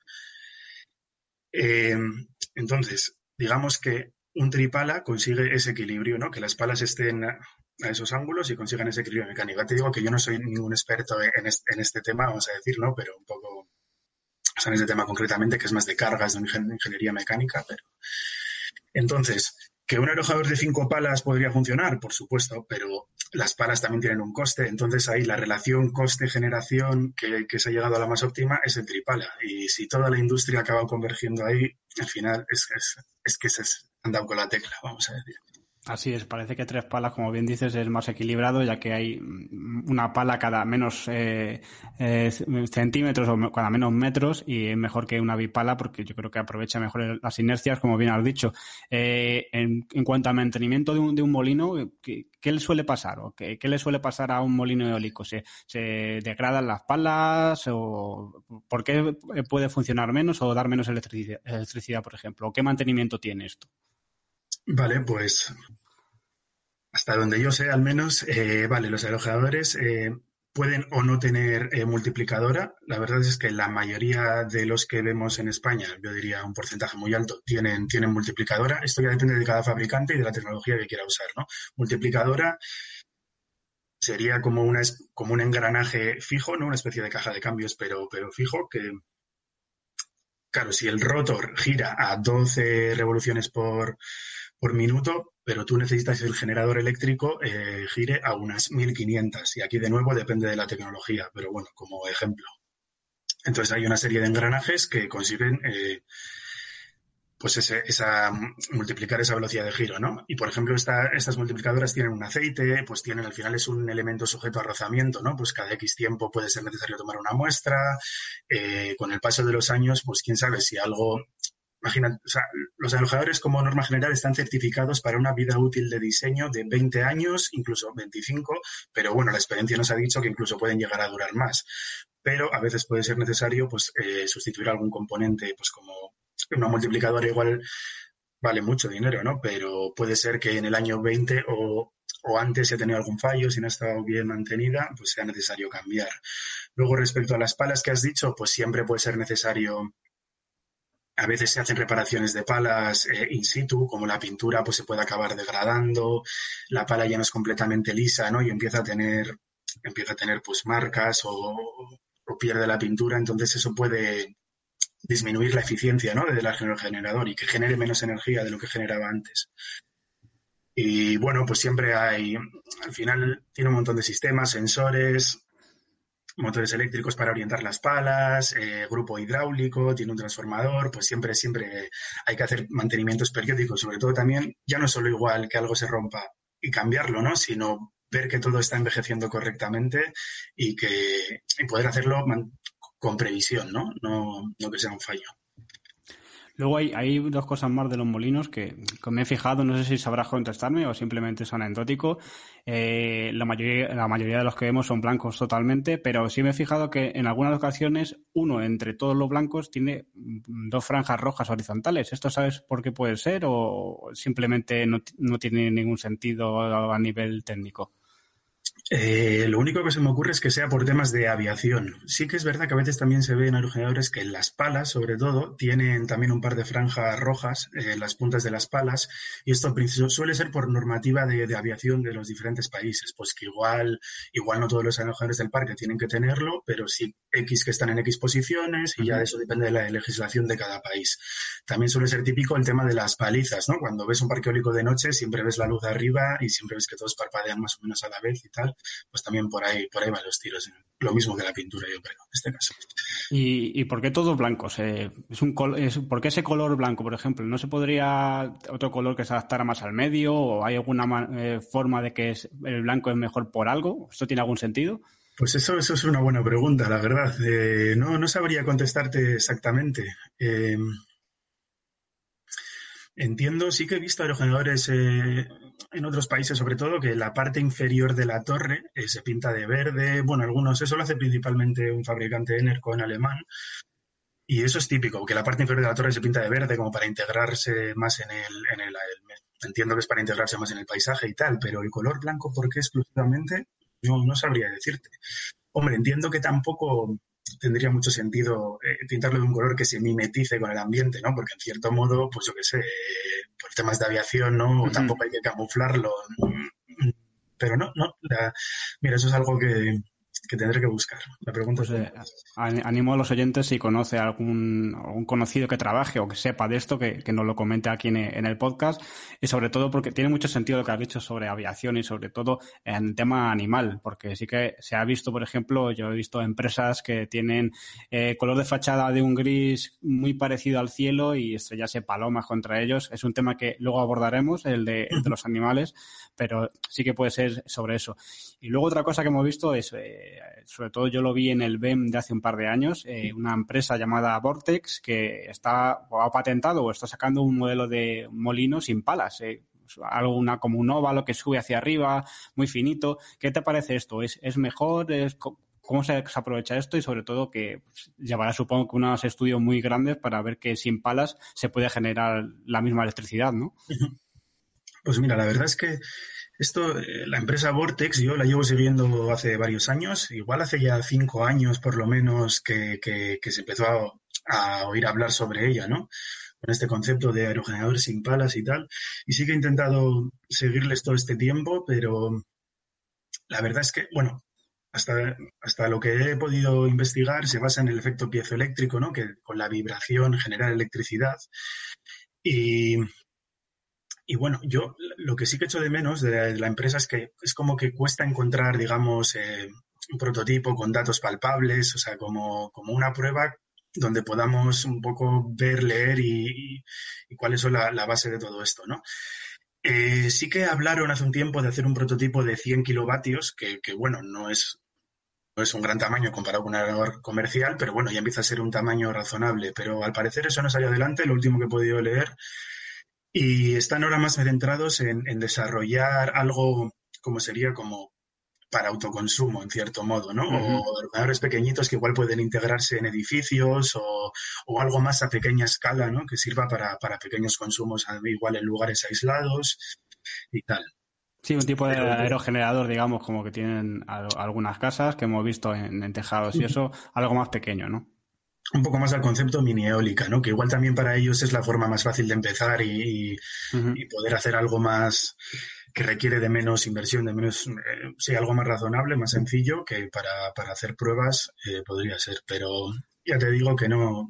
Eh, entonces, digamos que un tripala consigue ese equilibrio, ¿no? Que las palas estén a, a esos ángulos y consigan ese equilibrio mecánico. Ya te digo que yo no soy ningún experto en este, en este tema, vamos a decir, ¿no? Pero un poco, o sea, en este tema concretamente, que es más de cargas, de ingeniería mecánica, pero... Entonces, ¿que un aerojador de cinco palas podría funcionar? Por supuesto, pero las palas también tienen un coste. Entonces, ahí la relación coste-generación que, que se ha llegado a la más óptima es el tripala. Y si toda la industria acaba convergiendo ahí, al final es, es, es que se han dado con la tecla, vamos a decir. Así es, parece que tres palas, como bien dices, es más equilibrado, ya que hay una pala cada menos eh, eh, centímetros o cada menos metros, y es mejor que una bipala porque yo creo que aprovecha mejor las inercias, como bien has dicho. Eh, en, en cuanto al mantenimiento de un, de un molino, ¿qué, qué le suele pasar? ¿O qué, qué le suele pasar a un molino eólico? ¿Se, se degradan las palas? ¿O por qué puede funcionar menos o dar menos electricidad, electricidad, por ejemplo? ¿O qué mantenimiento tiene esto? Vale, pues hasta donde yo sé, al menos, eh, vale, los aerojadores eh, pueden o no tener eh, multiplicadora. La verdad es que la mayoría de los que vemos en España, yo diría un porcentaje muy alto, tienen, tienen multiplicadora. Esto ya depende de cada fabricante y de la tecnología que quiera usar, ¿no? Multiplicadora sería como, una, como un engranaje fijo, ¿no? Una especie de caja de cambios, pero, pero fijo, que, claro, si el rotor gira a doce revoluciones por... por minuto, pero tú necesitas que el generador eléctrico eh, gire a unas mil quinientas. Y aquí, de nuevo, depende de la tecnología, pero bueno, como ejemplo. Entonces, hay una serie de engranajes que consiguen eh, pues ese, esa, multiplicar esa velocidad de giro, ¿no? Y, por ejemplo, esta, estas multiplicadoras tienen un aceite, pues tienen, al final es un elemento sujeto a rozamiento, ¿no? Pues cada X tiempo puede ser necesario tomar una muestra. Eh, con el paso de los años, pues quién sabe si algo... Imagina, o sea, los alojadores como norma general están certificados para una vida útil de diseño de veinte años, incluso veinticinco, pero bueno, la experiencia nos ha dicho que incluso pueden llegar a durar más. Pero a veces puede ser necesario pues eh, sustituir algún componente, pues como una multiplicadora igual vale mucho dinero, ¿no? Pero puede ser que en el año veinte o, o antes se ha tenido algún fallo, si no ha estado bien mantenida, pues sea necesario cambiar. Luego, respecto a las palas que has dicho, pues siempre puede ser necesario... A veces se hacen reparaciones de palas eh, in situ, como la pintura pues se puede acabar degradando, la pala ya no es completamente lisa, ¿no? Y empieza a tener, empieza a tener pues marcas o, o pierde la pintura, entonces eso puede disminuir la eficiencia, ¿no? del generador y que genere menos energía de lo que generaba antes. Y bueno, pues siempre hay, al final tiene un montón de sistemas, sensores, motores eléctricos para orientar las palas, eh, grupo hidráulico, tiene un transformador, pues siempre, siempre hay que hacer mantenimientos periódicos, sobre todo también, ya no solo igual que algo se rompa y cambiarlo, ¿no? Sino ver que todo está envejeciendo correctamente y que y poder hacerlo man, con previsión, ¿no? No, no que sea un fallo. Luego hay, hay dos cosas más de los molinos que, que me he fijado, no sé si sabrás contestarme o simplemente es anecdótico. Eh, la mayoría, la mayoría de los que vemos son blancos totalmente, pero sí me he fijado que en algunas ocasiones uno entre todos los blancos tiene dos franjas rojas horizontales. ¿Esto sabes por qué puede ser o simplemente no, no tiene ningún sentido a nivel técnico? Eh, lo único que se me ocurre es que sea por temas de aviación. Sí que es verdad que a veces también se ve en aerogeneradores que en las palas, sobre todo, tienen también un par de franjas rojas en las puntas de las palas y esto suele ser por normativa de, de aviación de los diferentes países, pues que igual, igual no todos los aerogeneradores del parque tienen que tenerlo, pero sí X que están en X posiciones y ya de eso depende de la legislación de cada país. También suele ser típico el tema de las palizas, ¿no? Cuando ves un parque eólico de noche siempre ves la luz arriba y siempre ves que todos parpadean más o menos a la vez y tal. Pues también por ahí por ahí van los tiros. Lo mismo que la pintura, yo creo, en este caso. ¿Y, y por qué todos blancos? Eh, es un col- es, ¿Por qué ese color blanco, por ejemplo? ¿No se podría otro color que se adaptara más al medio? ¿O hay alguna eh, forma de que es, el blanco es mejor por algo? ¿Esto tiene algún sentido? Pues eso, eso es una buena pregunta, la verdad. Eh, no, no sabría contestarte exactamente. Eh, Entiendo, sí que he visto aerogeneradores eh, en otros países, sobre todo, que la parte inferior de la torre eh, se pinta de verde. Bueno, algunos, eso lo hace principalmente un fabricante Enercon alemán. Y eso es típico, que la parte inferior de la torre se pinta de verde como para integrarse más en el, en el, el... Entiendo que es para integrarse más en el paisaje y tal, pero el color blanco, ¿por qué exclusivamente? No, no sabría decirte. Hombre, entiendo que tampoco tendría mucho sentido eh, pintarlo de un color que se mimetice con el ambiente, ¿no? Porque en cierto modo, pues yo qué sé, eh, por temas de aviación, ¿no? Uh-huh. Tampoco hay que camuflarlo. Pero no, no. La, mira, eso es algo que, que tendré que buscar. La pregunta pues, es... eh, animo a los oyentes, si conoce a algún, algún conocido que trabaje o que sepa de esto, que, que nos lo comente aquí en, en el podcast, y sobre todo porque tiene mucho sentido lo que has dicho sobre aviación y sobre todo en el tema animal, porque sí que se ha visto, por ejemplo, yo he visto empresas que tienen eh, color de fachada de un gris muy parecido al cielo y estrellarse palomas contra ellos. Es un tema que luego abordaremos, el de, el de los animales, pero sí que puede ser sobre eso. Y luego otra cosa que hemos visto es, eh, sobre todo yo lo vi en el B E M de hace un par de años, eh, una empresa llamada Vortex que está o ha patentado o está sacando un modelo de molino sin palas, eh, algo una, como un óvalo que sube hacia arriba, muy finito. ¿Qué te parece esto? ¿Es, es mejor? Es, ¿Cómo se aprovecha esto? Y sobre todo que pues, llevará, supongo, que unos estudios muy grandes para ver que sin palas se puede generar la misma electricidad, ¿no? Pues mira, la verdad es que esto, la empresa Vortex, yo la llevo siguiendo hace varios años, igual hace ya cinco años por lo menos que, que, que se empezó a, a oír hablar sobre ella, ¿no? Con este concepto de aerogenerador sin palas y tal. Y sí que he intentado seguirles todo este tiempo, pero la verdad es que, bueno, hasta, hasta lo que he podido investigar se basa en el efecto piezoeléctrico, ¿no? Que con la vibración genera electricidad. Y... Y bueno, yo lo que sí que echo de menos de la empresa es que es como que cuesta encontrar, digamos, eh, un prototipo con datos palpables, o sea, como, como una prueba donde podamos un poco ver, leer y, y, y cuáles son la, la base de todo esto, ¿no? Eh, sí que hablaron hace un tiempo de hacer un prototipo de cien kilovatios, que, que bueno, no es, no es un gran tamaño comparado con un aerogenerador comercial, pero bueno, ya empieza a ser un tamaño razonable. Pero al parecer eso no salió adelante, lo último que he podido leer. Y están ahora más centrados en, en desarrollar algo como sería como para autoconsumo, en cierto modo, ¿no? Uh-huh. O ordenadores pequeñitos que igual pueden integrarse en edificios o, o algo más a pequeña escala, ¿no? Que sirva para, para pequeños consumos, igual en lugares aislados y tal. Sí, un tipo de aerogenerador, digamos, como que tienen algunas casas que hemos visto en, en tejados y eso, algo más pequeño, ¿no? Un poco más al concepto mini eólica, ¿no? Que igual también para ellos es la forma más fácil de empezar y, y, uh-huh. y poder hacer algo más que requiere de menos inversión, de menos, eh, sí, algo más razonable, más sencillo, que para, para hacer pruebas eh, podría ser. Pero ya te digo que no,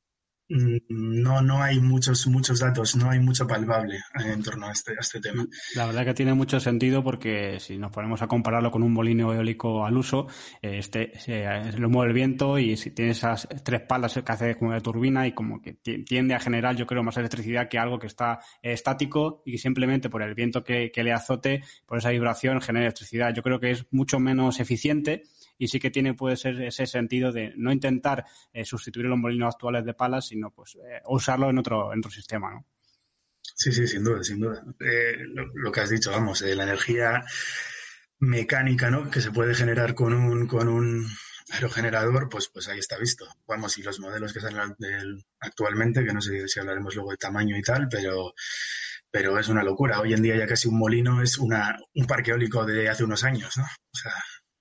no, no hay muchos, muchos datos, no hay mucho palpable en torno a este, a este tema. La verdad que tiene mucho sentido porque si nos ponemos a compararlo con un molino eólico al uso, este eh, lo mueve el viento y si tiene esas tres palas que hace como de turbina y como que tiende a generar, yo creo, más electricidad que algo que está eh, estático y que simplemente por el viento que, que le azote, por esa vibración genera electricidad. Yo creo que es mucho menos eficiente y sí que tiene, puede ser ese sentido de no intentar eh, sustituir los molinos actuales de palas, sino pues eh, usarlo en otro, en otro sistema, ¿no? Sí, sí, sin duda, sin duda. Eh, lo, lo que has dicho, vamos, eh, la energía mecánica, ¿no? Que se puede generar con un, con un aerogenerador, pues, pues ahí está visto. Vamos, y los modelos que salen del, actualmente, que no sé si hablaremos luego de tamaño y tal, pero, pero es una locura. Hoy en día ya casi un molino es una, un parque eólico de hace unos años, ¿no? O sea,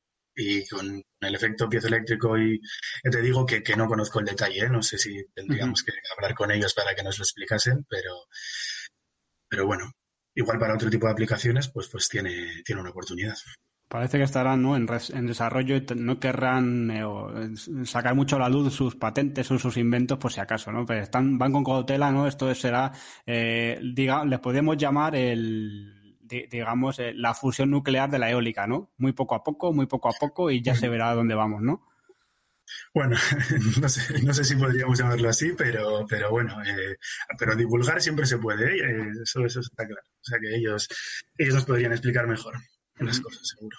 y con el efecto piezoeléctrico y ya te digo que, que no conozco el detalle, ¿eh? No sé si tendríamos uh-huh. que hablar con ellos para que nos lo explicasen, pero, pero bueno, igual para otro tipo de aplicaciones pues, pues tiene, tiene una oportunidad. Parece que estarán, ¿no?, en, res, en desarrollo y no querrán eh, o, sacar mucho a la luz sus patentes o sus inventos por si acaso, ¿no? Pero están, van con cautela, ¿no? Esto será, eh, diga, les podemos llamar el... digamos, eh, la fusión nuclear de la eólica, ¿no? Muy poco a poco, muy poco a poco y ya se verá a dónde vamos, ¿no? Bueno, no sé, no sé si podríamos llamarlo así, pero, pero bueno, eh, pero divulgar siempre se puede, ¿eh? Eso, eso está claro. O sea que ellos, ellos nos podrían explicar mejor las cosas, seguro.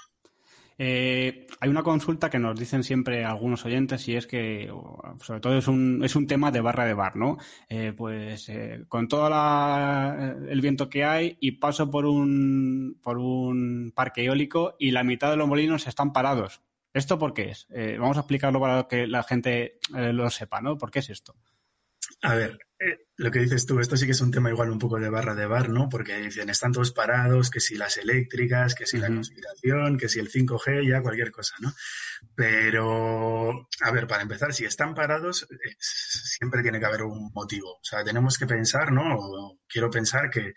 Eh, hay una consulta que nos dicen siempre algunos oyentes y es que, sobre todo, es un es un tema de barra de bar, ¿no? Eh, pues eh, con todo la, el viento que hay y paso por un por un parque eólico y la mitad de los molinos están parados. ¿Esto por qué es? Eh, vamos a explicarlo para que la gente eh, lo sepa, ¿no? ¿Por qué es esto? A ver, eh, lo que dices tú, esto sí que es un tema igual un poco de barra de bar, ¿no? Porque dicen, están todos parados, que si las eléctricas, que si uh-huh. la conspiración, que si el cinco G, ya cualquier cosa, ¿no? Pero, a ver, para empezar, si están parados, eh, siempre tiene que haber un motivo. O sea, tenemos que pensar, ¿no? O quiero pensar que,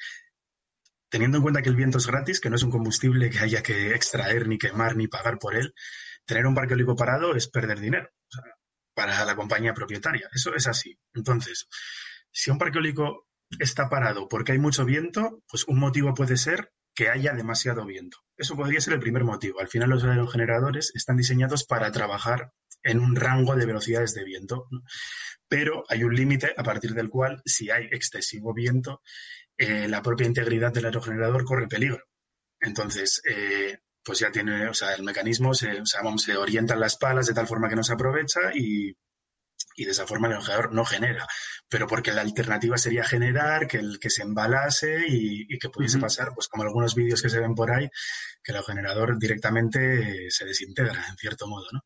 teniendo en cuenta que el viento es gratis, que no es un combustible que haya que extraer, ni quemar, ni pagar por él, tener un parque eólico parado es perder dinero, o sea, para la compañía propietaria. Eso es así. Entonces, si un parque eólico está parado porque hay mucho viento, pues un motivo puede ser que haya demasiado viento. Eso podría ser el primer motivo. Al final los aerogeneradores están diseñados para trabajar en un rango de velocidades de viento, ¿no? Pero hay un límite a partir del cual, si hay excesivo viento, eh, la propia integridad del aerogenerador corre peligro. Entonces, eh, pues ya tiene, o sea, el mecanismo se, o sea, vamos, se orientan las palas de tal forma que no se aprovecha y, y de esa forma el aerogenerador no genera. Pero porque la alternativa sería generar, que el que se embalase y, y que pudiese uh-huh. pasar, pues como algunos vídeos que se ven por ahí, que el aerogenerador directamente eh, se desintegra, en cierto modo, ¿no?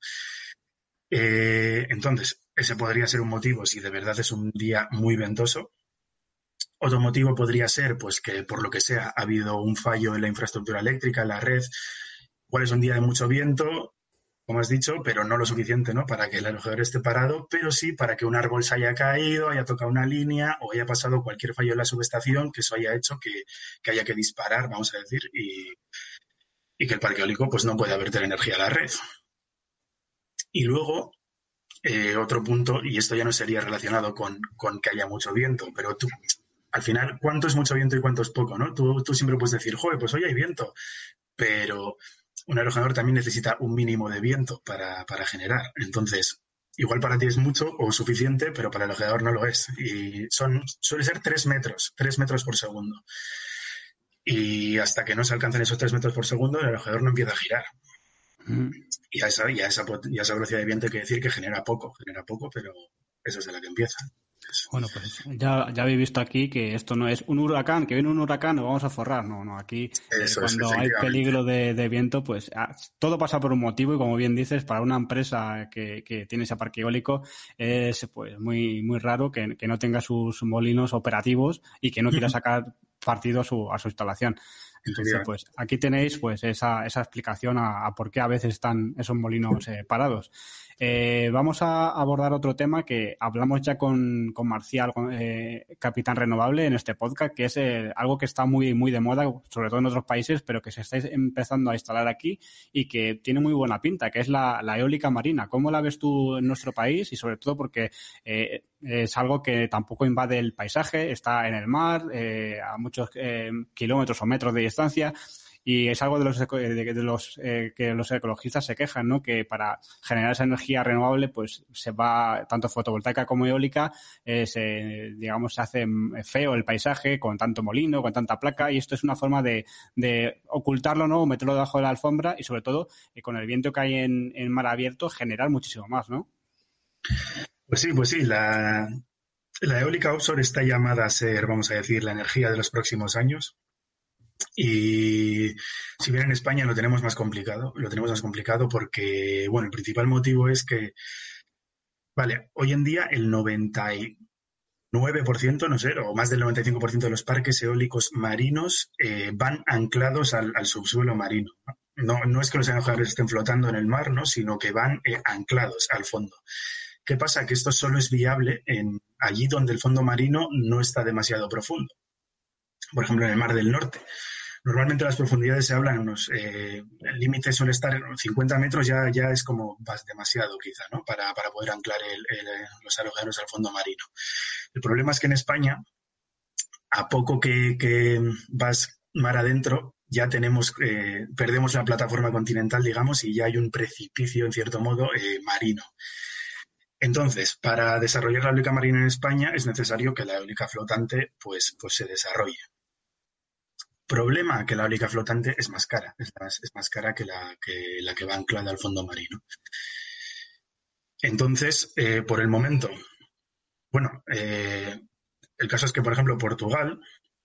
Eh, entonces, ese podría ser un motivo si de verdad es un día muy ventoso. Otro motivo podría ser pues que por lo que sea ha habido un fallo en la infraestructura eléctrica, en la red. Igual es un día de mucho viento, como has dicho, pero no lo suficiente, ¿no?, para que el aerogenerador esté parado, pero sí para que un árbol se haya caído, haya tocado una línea o haya pasado cualquier fallo en la subestación que eso haya hecho que, que haya que disparar, vamos a decir, y, y que el parque eólico pues no pueda verter energía a la red. Y luego, eh, otro punto, y esto ya no sería relacionado con, con que haya mucho viento, pero tú, al final, ¿cuánto es mucho viento y cuánto es poco, no? Tú, tú siempre puedes decir, joder, pues hoy hay viento, pero un aerogenerador también necesita un mínimo de viento para, para generar. Entonces, igual para ti es mucho o suficiente, pero para el aerogenerador no lo es. Y son, suele ser tres metros, tres metros por segundo. Y hasta que no se alcancen esos tres metros por segundo, el aerogenerador no empieza a girar. Mm. Y a esa, y a esa, y a esa velocidad de viento hay que decir que genera poco, genera poco, pero eso es de la que empieza. Bueno, pues ya, ya habéis visto aquí que esto no es un huracán, que viene un huracán, nos vamos a forrar. No, no, aquí eh, cuando hay peligro de, de viento, pues ah, todo pasa por un motivo y como bien dices, para una empresa que, que tiene ese parque eólico es pues muy, muy raro que, que no tenga sus molinos operativos y que no quiera sacar partido a su, a su instalación. Entonces, pues aquí tenéis pues esa, esa explicación a, a por qué a veces están esos molinos eh, parados. Eh, vamos a abordar otro tema que hablamos ya con, con Marcial, con, eh, Capitán Renovable, en este podcast, que es eh, algo que está muy muy de moda, sobre todo en otros países, pero que se está empezando a instalar aquí y que tiene muy buena pinta, que es la, la eólica marina. ¿Cómo la ves tú en nuestro país? Y sobre todo porque eh, es algo que tampoco invade el paisaje, está en el mar, eh, a muchos eh, kilómetros o metros de distancia. Y es algo de los, de, de los eh, que los ecologistas se quejan, ¿no? Que para generar esa energía renovable, pues se va, tanto fotovoltaica como eólica, eh, se, digamos, se hace feo el paisaje con tanto molino, con tanta placa, y esto es una forma de, de ocultarlo, ¿no? O meterlo debajo de la alfombra y sobre todo, eh, con el viento que hay en, en mar abierto, generar muchísimo más, ¿no? Pues sí, pues sí, la, la eólica offshore está llamada a ser, vamos a decir, la energía de los próximos años. Y si bien en España lo tenemos más complicado, lo tenemos más complicado porque, bueno, el principal motivo es que, vale, hoy en día el noventa y nueve por ciento, no sé, o más del noventa y cinco por ciento de los parques eólicos marinos eh, van anclados al, al subsuelo marino, ¿no? No, no es que los aerogeneradores estén flotando en el mar, ¿no?, sino que van eh, anclados al fondo. ¿Qué pasa? Que esto solo es viable en allí donde el fondo marino no está demasiado profundo. Por ejemplo, en el Mar del Norte. Normalmente las profundidades se hablan unos... Eh, el límite suele estar en cincuenta metros, ya, ya es como demasiado quizá, ¿no?, para, para poder anclar el, el, los aerogeneradores al fondo marino. El problema es que en España, a poco que, que vas mar adentro, ya tenemos eh, perdemos la plataforma continental, digamos, y ya hay un precipicio, en cierto modo, eh, marino. Entonces, para desarrollar la eólica marina en España es necesario que la eólica flotante pues, pues se desarrolle. Problema, que la eólica flotante es más cara, es más, es más cara que la que, la que va anclada al fondo marino. Entonces, eh, por el momento, bueno, eh, el caso es que, por ejemplo, Portugal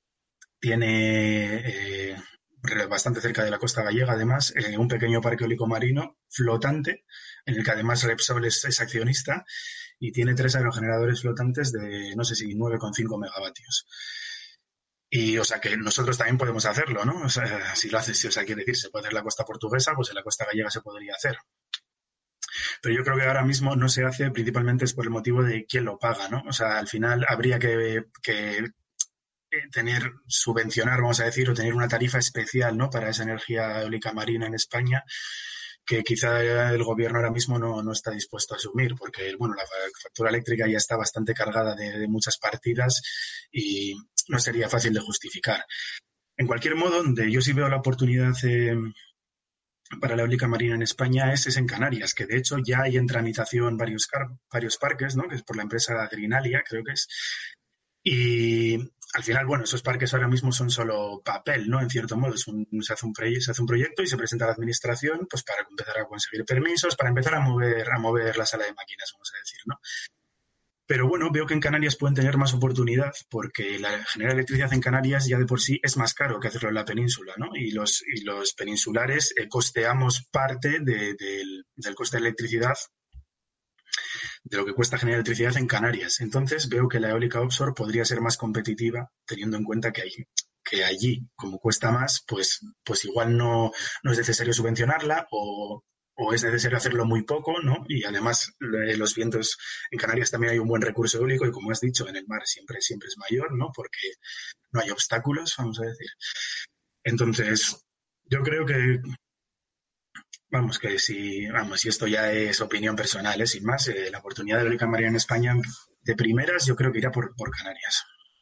tiene, eh, bastante cerca de la costa gallega, además, eh, un pequeño parque eólico marino flotante, en el que además Repsol es, es accionista, y tiene tres aerogeneradores flotantes de, no sé si, nueve coma cinco megavatios. Y, o sea, que nosotros también podemos hacerlo, ¿no? O sea, si lo haces, o sea, quiere decir, se puede hacer en la costa portuguesa, pues en la costa gallega se podría hacer. Pero yo creo que ahora mismo no se hace, principalmente es por el motivo de quién lo paga, ¿no? O sea, al final habría que, que tener, subvencionar, vamos a decir, o tener una tarifa especial, ¿no?, para esa energía eólica marina en España, que quizá el gobierno ahora mismo no, no está dispuesto a asumir, porque bueno, la factura eléctrica ya está bastante cargada de, de muchas partidas y no sería fácil de justificar. En cualquier modo, donde yo sí veo la oportunidad eh, para la eólica marina en España es, es en Canarias, que de hecho ya hay en tramitación varios, car varios parques, ¿no? Que es por la empresa Greenalia, creo que es. Y al final, bueno, esos parques ahora mismo son solo papel, ¿no? En cierto modo, es un, se, hace un se hace un proyecto y se presenta a la administración pues para empezar a conseguir permisos, para empezar a mover, a mover la sala de máquinas, vamos a decir, ¿no? Pero bueno, veo que en Canarias pueden tener más oportunidad porque la generar electricidad en Canarias ya de por sí es más caro que hacerlo en la península, ¿no? Y los, y los peninsulares eh, costeamos parte de, de, del coste de electricidad, de lo que cuesta generar electricidad en Canarias. Entonces veo que la eólica offshore podría ser más competitiva teniendo en cuenta que, hay, que allí, como cuesta más, pues, pues igual no, no es necesario subvencionarla o... o es necesario hacerlo muy poco, ¿no? Y además los vientos en Canarias también hay un buen recurso eólico y como has dicho, en el mar siempre, siempre es mayor, ¿no? Porque no hay obstáculos, vamos a decir. Entonces, yo creo que, vamos, que si, vamos, y esto ya es opinión personal, ¿eh? Sin más, eh, la oportunidad de eólica marina en España, de primeras, yo creo que irá por, por Canarias.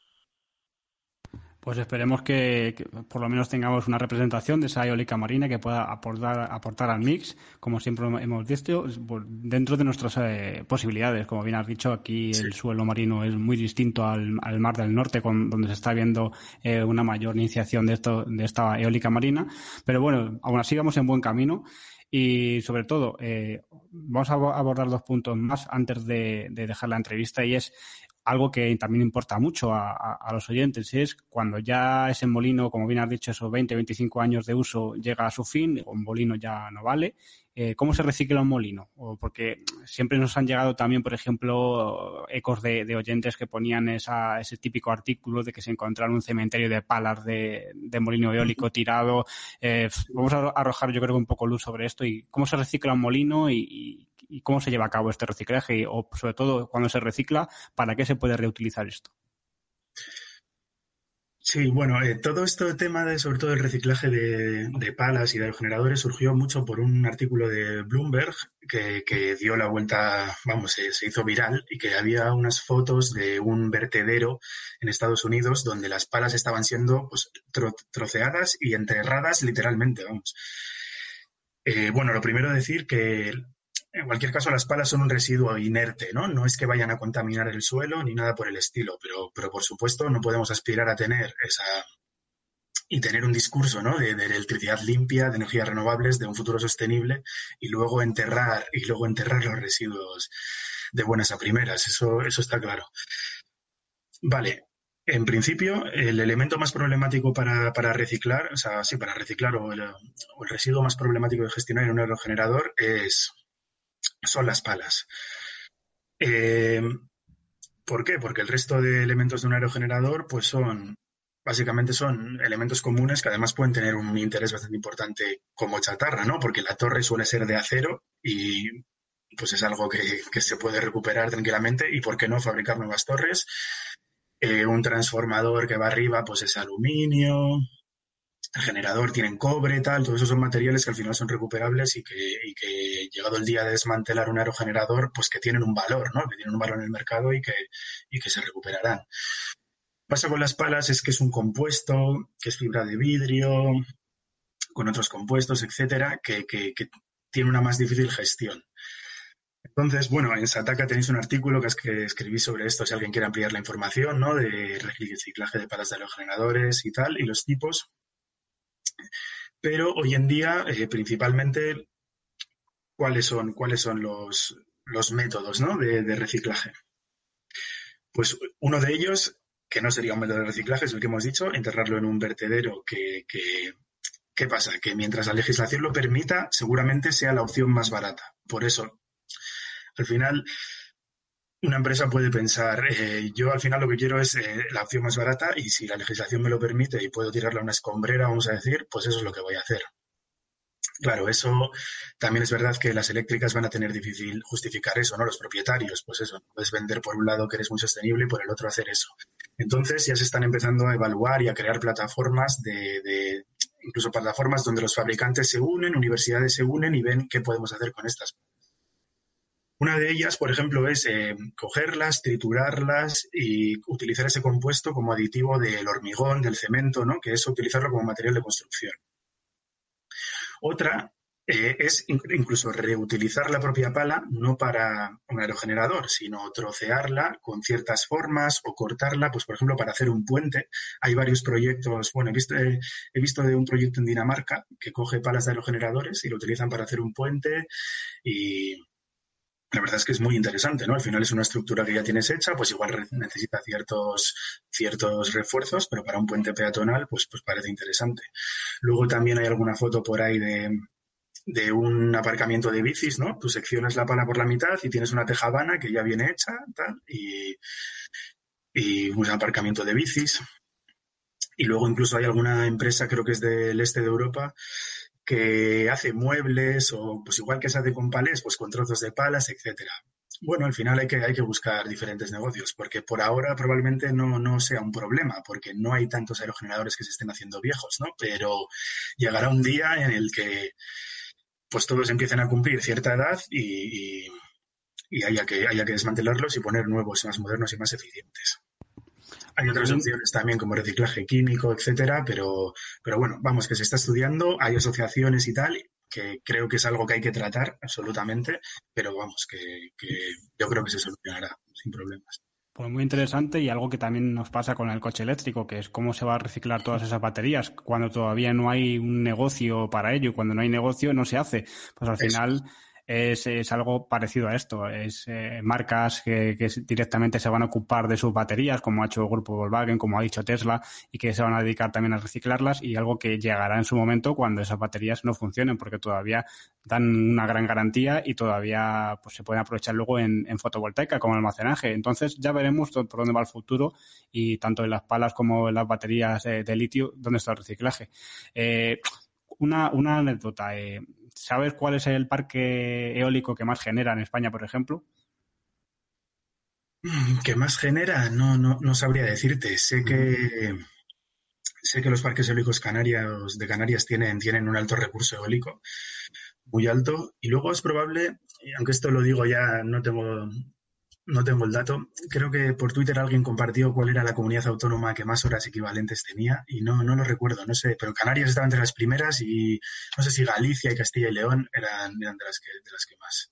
Pues esperemos que, que por lo menos tengamos una representación de esa eólica marina que pueda aportar, aportar al mix, como siempre hemos dicho, dentro de nuestras eh, posibilidades. Como bien has dicho, aquí sí. El suelo marino es muy distinto al, al mar del norte, con, donde se está viendo eh, una mayor iniciación de, esto, de esta eólica marina. Pero bueno, aún así vamos en buen camino. Y sobre todo, eh, vamos a abordar dos puntos más antes de, de dejar la entrevista, y es algo que también importa mucho a, a, a los oyentes, es cuando ya ese molino, como bien has dicho, esos veinte, veinticinco años de uso llega a su fin, un molino ya no vale, eh, ¿cómo se recicla un molino? O porque siempre nos han llegado también, por ejemplo, ecos de, de oyentes que ponían esa, ese típico artículo de que se encontraron un cementerio de palas de, de molino eólico tirado. Eh, vamos a arrojar, yo creo, un poco luz sobre esto y cómo se recicla un molino y, y y cómo se lleva a cabo este reciclaje o, sobre todo, cuando se recicla, ¿para qué se puede reutilizar esto? Sí, bueno, eh, todo este tema de, sobre todo, el reciclaje de, de palas y de aerogeneradores surgió mucho por un artículo de Bloomberg que, que dio la vuelta, vamos, se, se hizo viral y que había unas fotos de un vertedero en Estados Unidos donde las palas estaban siendo pues, tro, troceadas y enterradas literalmente, vamos. Eh, bueno, lo primero decir que en cualquier caso, las palas son un residuo inerte, ¿no? No es que vayan a contaminar el suelo ni nada por el estilo, pero, pero por supuesto no podemos aspirar a tener esa y tener un discurso, ¿no? De, de electricidad limpia, de energías renovables, de un futuro sostenible y luego enterrar y luego enterrar los residuos de buenas a primeras. Eso, eso está claro. Vale. En principio, el elemento más problemático para, para reciclar, o sea, sí, para reciclar o el, o el residuo más problemático de gestionar en un aerogenerador es son las palas. Eh, ¿Por qué? Porque el resto de elementos de un aerogenerador pues son, básicamente son elementos comunes que además pueden tener un interés bastante importante como chatarra, ¿no? Porque la torre suele ser de acero y pues es algo que, que se puede recuperar tranquilamente y ¿por qué no fabricar nuevas torres? Eh, un transformador que va arriba pues es aluminio, el generador tiene cobre, tal, todos esos son materiales que al final son recuperables y que, y que llegado el día de desmantelar un aerogenerador, pues que tienen un valor, ¿no? Que tienen un valor en el mercado y que, y que se recuperarán. Lo que pasa con las palas es que es un compuesto, que es fibra de vidrio, con otros compuestos, etcétera, que, que, que tiene una más difícil gestión. Entonces, bueno, en Sataka tenéis un artículo que es que escribí sobre esto, si alguien quiere ampliar la información, ¿no? De reciclaje de palas de aerogeneradores y tal, y los tipos. Pero hoy en día, eh, principalmente, ¿cuáles son, cuáles son los, los métodos, ¿no? de, de reciclaje? Pues uno de ellos, que no sería un método de reciclaje, es el que hemos dicho, enterrarlo en un vertedero que, que ¿qué pasa? Que mientras la legislación lo permita, seguramente sea la opción más barata. Por eso, al final, una empresa puede pensar, eh, yo al final lo que quiero es eh, la opción más barata y si la legislación me lo permite y puedo tirarla a una escombrera, vamos a decir, pues eso es lo que voy a hacer. Claro, eso también es verdad que las eléctricas van a tener difícil justificar eso, ¿no? Los propietarios, pues eso, puedes vender por un lado que eres muy sostenible y por el otro hacer eso. Entonces ya se están empezando a evaluar y a crear plataformas de, de incluso plataformas donde los fabricantes se unen, universidades se unen y ven qué podemos hacer con estas. Una de ellas, por ejemplo, es eh, cogerlas, triturarlas y utilizar ese compuesto como aditivo del hormigón, del cemento, ¿no? Que es utilizarlo como material de construcción. Otra eh, es incluso reutilizar la propia pala, no para un aerogenerador, sino trocearla con ciertas formas o cortarla, pues por ejemplo, para hacer un puente. Hay varios proyectos, bueno, he visto, eh, he visto de un proyecto en Dinamarca que coge palas de aerogeneradores y lo utilizan para hacer un puente y... La verdad es que es muy interesante, ¿no? Al final es una estructura que ya tienes hecha, pues igual necesita ciertos, ciertos refuerzos, pero para un puente peatonal, pues, pues parece interesante. Luego también hay alguna foto por ahí de, de un aparcamiento de bicis, ¿no? Tú seccionas la pala por la mitad y tienes una tejabana que ya viene hecha, tal, y, y un aparcamiento de bicis. Y luego incluso hay alguna empresa, creo que es del este de Europa, que hace muebles o pues igual que se hace con palés, pues con trozos de palas, etcétera. Bueno, al final hay que, hay que buscar diferentes negocios, porque por ahora probablemente no, no sea un problema, porque no hay tantos aerogeneradores que se estén haciendo viejos, ¿no? Pero llegará un día en el que pues todos empiecen a cumplir cierta edad y, y, y haya que, haya que desmantelarlos y poner nuevos, más modernos y más eficientes. Hay otras opciones también como reciclaje químico, etcétera, pero, pero bueno, vamos, que se está estudiando, hay asociaciones y tal, que creo que es algo que hay que tratar absolutamente, pero vamos, que, que yo creo que se solucionará sin problemas. Pues muy interesante y algo que también nos pasa con el coche eléctrico, que es cómo se va a reciclar todas esas baterías cuando todavía no hay un negocio para ello y cuando no hay negocio no se hace. Pues al final... Es, es algo parecido a esto. Es eh, marcas que, que directamente se van a ocupar de sus baterías, como ha hecho el grupo Volkswagen, como ha dicho Tesla, y que se van a dedicar también a reciclarlas, y algo que llegará en su momento cuando esas baterías no funcionen, porque todavía dan una gran garantía y todavía pues se pueden aprovechar luego en, en fotovoltaica como almacenaje. Entonces ya veremos por dónde va el futuro y tanto en las palas como en las baterías de, de litio, dónde está el reciclaje. Eh, una, una anécdota. Eh, ¿Sabes cuál es el parque eólico que más genera en España, por ejemplo? ¿Qué más genera? No, no, no sabría decirte. Sé que sé que los parques eólicos canarios de Canarias tienen, tienen un alto recurso eólico, muy alto, y luego es probable, aunque esto lo digo ya, no tengo, no tengo el dato, creo que por Twitter alguien compartió cuál era la comunidad autónoma que más horas equivalentes tenía, y no, no lo recuerdo, no sé, pero Canarias estaba entre las primeras y no sé si Galicia y Castilla y León eran, eran de las que, de las que más.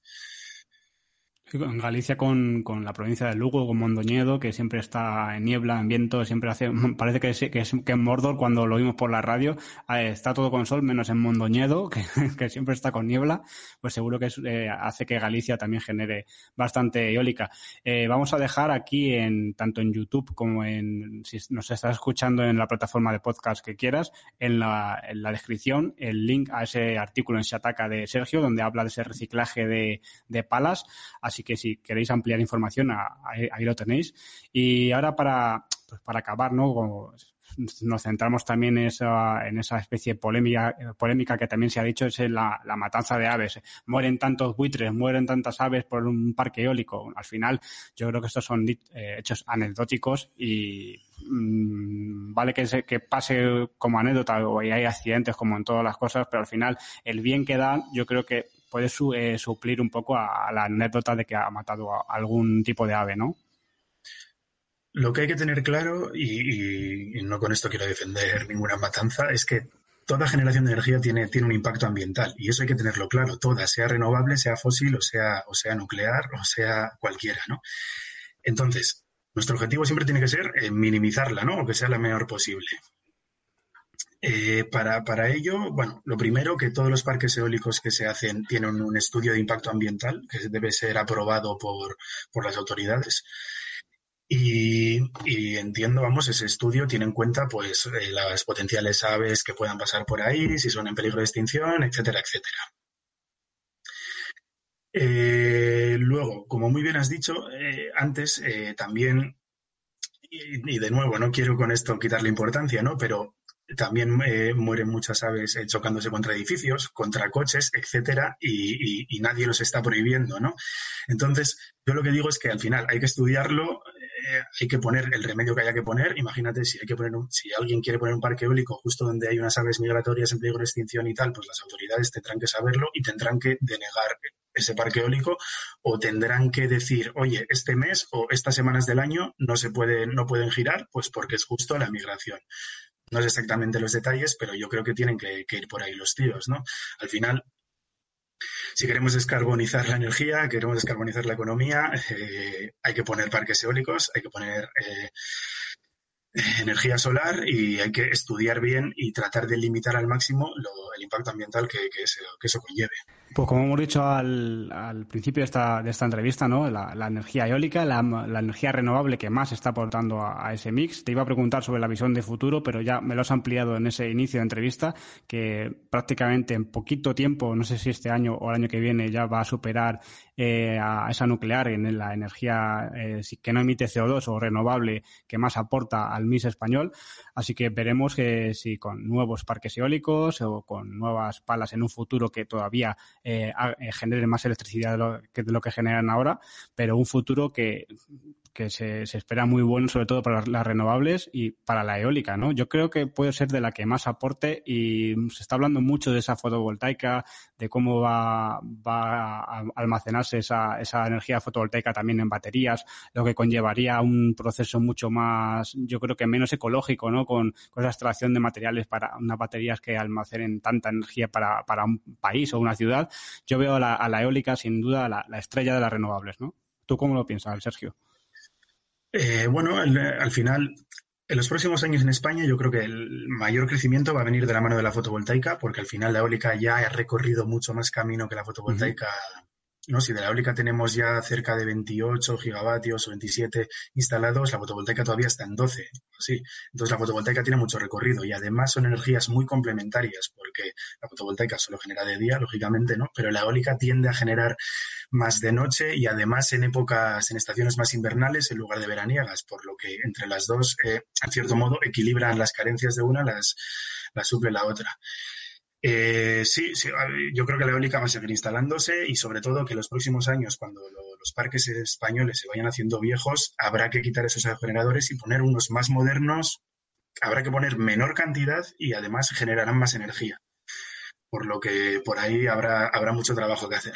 En Galicia con, con la provincia de Lugo, con Mondoñedo, que siempre está en niebla, en viento, siempre hace, parece que, es, que, es, que en Mordor, cuando lo vimos por la radio, eh, está todo con sol, menos en Mondoñedo, que, que siempre está con niebla, pues seguro que es, eh, hace que Galicia también genere bastante eólica. Eh, vamos a dejar aquí, en tanto en YouTube como en, si nos estás escuchando en la plataforma de podcast que quieras, en la, en la descripción, el link a ese artículo en Shataka de Sergio, donde habla de ese reciclaje de, de palas. Así que si queréis ampliar información, ahí, ahí lo tenéis. Y ahora para, pues para acabar, ¿no? Como nos centramos también en esa, en esa especie de polémica, polémica que también se ha dicho, es la, la matanza de aves. Mueren tantos buitres, mueren tantas aves por un parque eólico. Al final, yo creo que estos son eh, hechos anecdóticos y mmm, vale que, se, que pase como anécdota o hay accidentes como en todas las cosas, pero al final el bien que da, yo creo que puede su, eh, suplir un poco a, a la anécdota de que ha matado a algún tipo de ave, ¿no? Lo que hay que tener claro, y, y, y no con esto quiero defender ninguna matanza, es que toda generación de energía tiene, tiene un impacto ambiental, y eso hay que tenerlo claro, toda, sea renovable, sea fósil, o sea, o sea nuclear, o sea cualquiera, ¿no? Entonces, nuestro objetivo siempre tiene que ser eh, minimizarla, ¿no? O que sea la menor posible. Eh, para, para ello, bueno, lo primero, que todos los parques eólicos que se hacen tienen un estudio de impacto ambiental que debe ser aprobado por, por las autoridades. Y, y entiendo, vamos, ese estudio tiene en cuenta pues eh, las potenciales aves que puedan pasar por ahí, si son en peligro de extinción, etcétera, etcétera. Eh, luego, como muy bien has dicho, eh, antes eh, también, y, y de nuevo, no quiero con esto quitarle importancia, ¿no? Pero también eh, mueren muchas aves eh, chocándose contra edificios, contra coches, etcétera, y, y, y nadie los está prohibiendo, ¿no? Entonces, yo lo que digo es que al final hay que estudiarlo eh, hay que poner el remedio que haya que poner. Imagínate si hay que poner un, si alguien quiere poner un parque eólico justo donde hay unas aves migratorias en peligro de extinción y tal, pues las autoridades tendrán que saberlo y tendrán que denegar ese parque eólico, o tendrán que decir, oye, este mes o estas semanas del año no se pueden, no pueden girar, pues porque es justo la migración. No sé exactamente los detalles, pero yo creo que tienen que, que ir por ahí los tiros, ¿no? Al final, si queremos descarbonizar la energía, queremos descarbonizar la economía, eh, hay que poner parques eólicos, hay que poner eh, energía solar y hay que estudiar bien y tratar de limitar al máximo lo, el impacto ambiental que, que, eso, que eso conlleve. Pues como hemos dicho al, al principio de esta, de esta entrevista, ¿no? La, la energía eólica, la, la energía renovable que más está aportando a, a ese mix. Te iba a preguntar sobre la visión de futuro, pero ya me lo has ampliado en ese inicio de entrevista, que prácticamente en poquito tiempo, no sé si este año o el año que viene, ya va a superar eh, a esa nuclear en la energía eh, que no emite C O dos o renovable que más aporta al mix español. Así que veremos que si con nuevos parques eólicos o con nuevas palas en un futuro que todavía Eh, eh, generen más electricidad de lo, que, de lo que generan ahora, pero un futuro que, que se, se espera muy bueno, sobre todo para las, las renovables y para la eólica, ¿no? Yo creo que puede ser de la que más aporte y se está hablando mucho de esa fotovoltaica, de cómo va, va a almacenarse esa, esa energía fotovoltaica también en baterías, lo que conllevaría un proceso mucho más, yo creo que menos ecológico, ¿no? Con, con esa extracción de materiales para unas baterías que almacenen tanta energía para, para un país o una ciudad. Yo veo a la, a la eólica sin duda la, la estrella de las renovables, ¿no? ¿Tú cómo lo piensas, Sergio? Eh, bueno, el, al final, en los próximos años en España yo creo que el mayor crecimiento va a venir de la mano de la fotovoltaica, porque al final la eólica ya ha recorrido mucho más camino que la fotovoltaica. Uh-huh. ¿No? Si de la eólica tenemos ya cerca de veintiocho gigavatios o veintisiete instalados, la fotovoltaica todavía está en doce. ¿Sí? Entonces la fotovoltaica tiene mucho recorrido y además son energías muy complementarias, porque la fotovoltaica solo genera de día, lógicamente, ¿no? Pero la eólica tiende a generar más de noche y además en épocas, en estaciones más invernales en lugar de veraniegas, por lo que entre las dos, eh, en cierto modo, equilibran las carencias de una, las, las suple la otra. Eh, sí, sí, yo creo que la eólica va a seguir instalándose y sobre todo que en los próximos años, cuando lo, los parques españoles se vayan haciendo viejos, habrá que quitar esos aerogeneradores y poner unos más modernos, habrá que poner menor cantidad y además generarán más energía. Por lo que por ahí habrá, habrá mucho trabajo que hacer.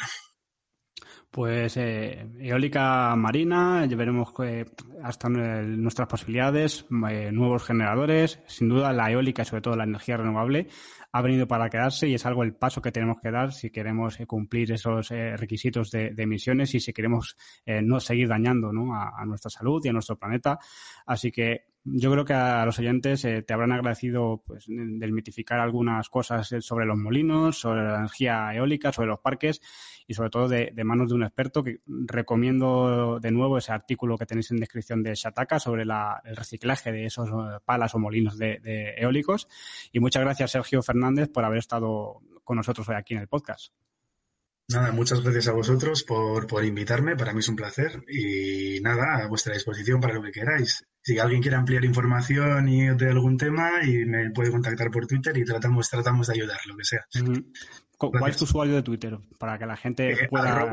Pues eh, eólica marina, ya veremos que hasta nuestras posibilidades, eh, nuevos generadores, sin duda la eólica y sobre todo la energía renovable ha venido para quedarse y es algo el paso que tenemos que dar si queremos eh, cumplir esos eh, requisitos de, de emisiones y si queremos eh, no seguir dañando, ¿no? a, a nuestra salud y a nuestro planeta. Así que yo creo que a los oyentes eh, te habrán agradecido pues desmitificar algunas cosas sobre los molinos, sobre la energía eólica, sobre los parques y sobre todo de, de manos de un experto, que recomiendo de nuevo ese artículo que tenéis en descripción de Shataka sobre la, el reciclaje de esos palas o molinos de, de eólicos. Y muchas gracias, Sergio Fernández, por haber estado con nosotros hoy aquí en el podcast. Nada, muchas gracias a vosotros por, por invitarme, para mí es un placer y nada, a vuestra disposición para lo que queráis. Si alguien quiere ampliar información y de algún tema, y me puede contactar por Twitter y tratamos, tratamos de ayudar, lo que sea. Mm-hmm. ¿Cuál gracias. Es tu usuario de Twitter? Para que la gente eh, pueda...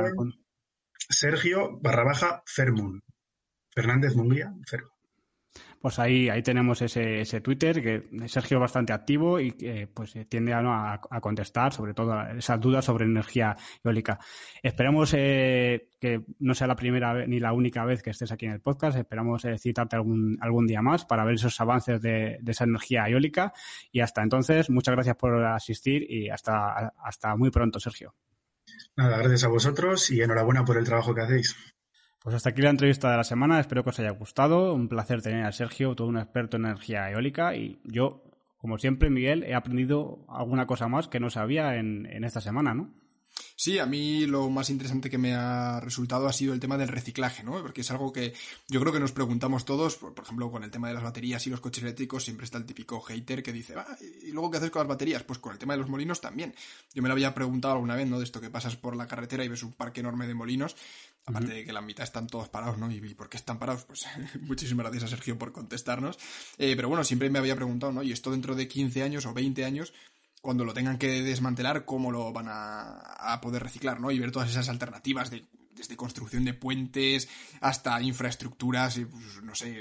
Sergio barra baja Fermun. Fernández Munguía, Fermo. Pues ahí, ahí tenemos ese, ese Twitter, que Sergio es bastante activo y que pues tiende a, ¿no? a, a contestar sobre todo esas dudas sobre energía eólica. Esperamos eh, que no sea la primera vez ni la única vez que estés aquí en el podcast. Esperamos eh, citarte algún, algún día más para ver esos avances de, de esa energía eólica. Y hasta entonces, muchas gracias por asistir y hasta, hasta muy pronto, Sergio. Nada, gracias a vosotros y enhorabuena por el trabajo que hacéis. Pues hasta aquí la entrevista de la semana, espero que os haya gustado, un placer tener a Sergio, todo un experto en energía eólica y yo, como siempre, Miguel, he aprendido alguna cosa más que no sabía en, en esta semana, ¿no? Sí, a mí lo más interesante que me ha resultado ha sido el tema del reciclaje, ¿no? Porque es algo que yo creo que nos preguntamos todos, por, por ejemplo, con el tema de las baterías y los coches eléctricos, siempre está el típico hater que dice, ah, ¿y luego qué haces con las baterías? Pues con el tema de los molinos también. Yo me lo había preguntado alguna vez, ¿no? De esto que pasas por la carretera y ves un parque enorme de molinos, aparte uh-huh. de que la mitad están todos parados, ¿no? ¿Y por qué están parados? Pues muchísimas gracias a Sergio por contestarnos. Eh, pero bueno, siempre me había preguntado, ¿no? Y esto dentro de quince años o veinte años, cuando lo tengan que desmantelar, cómo lo van a, a poder reciclar, ¿no? Y ver todas esas alternativas de desde construcción de puentes hasta infraestructuras, pues, no sé,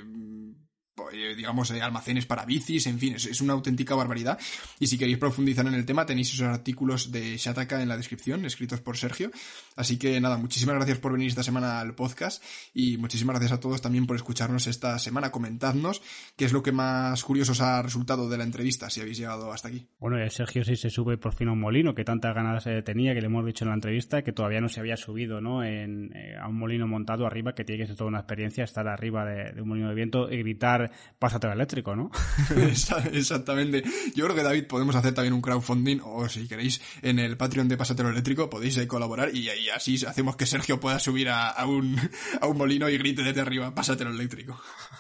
digamos, eh, almacenes para bicis, en fin, es, es una auténtica barbaridad. Y si queréis profundizar en el tema, tenéis esos artículos de Shataka en la descripción, escritos por Sergio. Así que nada, muchísimas gracias por venir esta semana al podcast y muchísimas gracias a todos también por escucharnos esta semana. Comentadnos qué es lo que más curioso os ha resultado de la entrevista, si habéis llegado hasta aquí. Bueno, Sergio sí se sube por fin a un molino, que tantas ganas eh, tenía, que le hemos dicho en la entrevista, que todavía no se había subido, ¿no? En, eh, a un molino montado arriba, que tiene que ser toda una experiencia estar arriba de, de un molino de viento y gritar pásatelo eléctrico, ¿no? Exactamente. Yo creo que, David, podemos hacer también un crowdfunding, o si queréis, en el Patreon de Pásatelo Eléctrico podéis eh, colaborar y, y así hacemos que Sergio pueda subir a, a, un, a un molino y grite desde arriba, pásatelo eléctrico.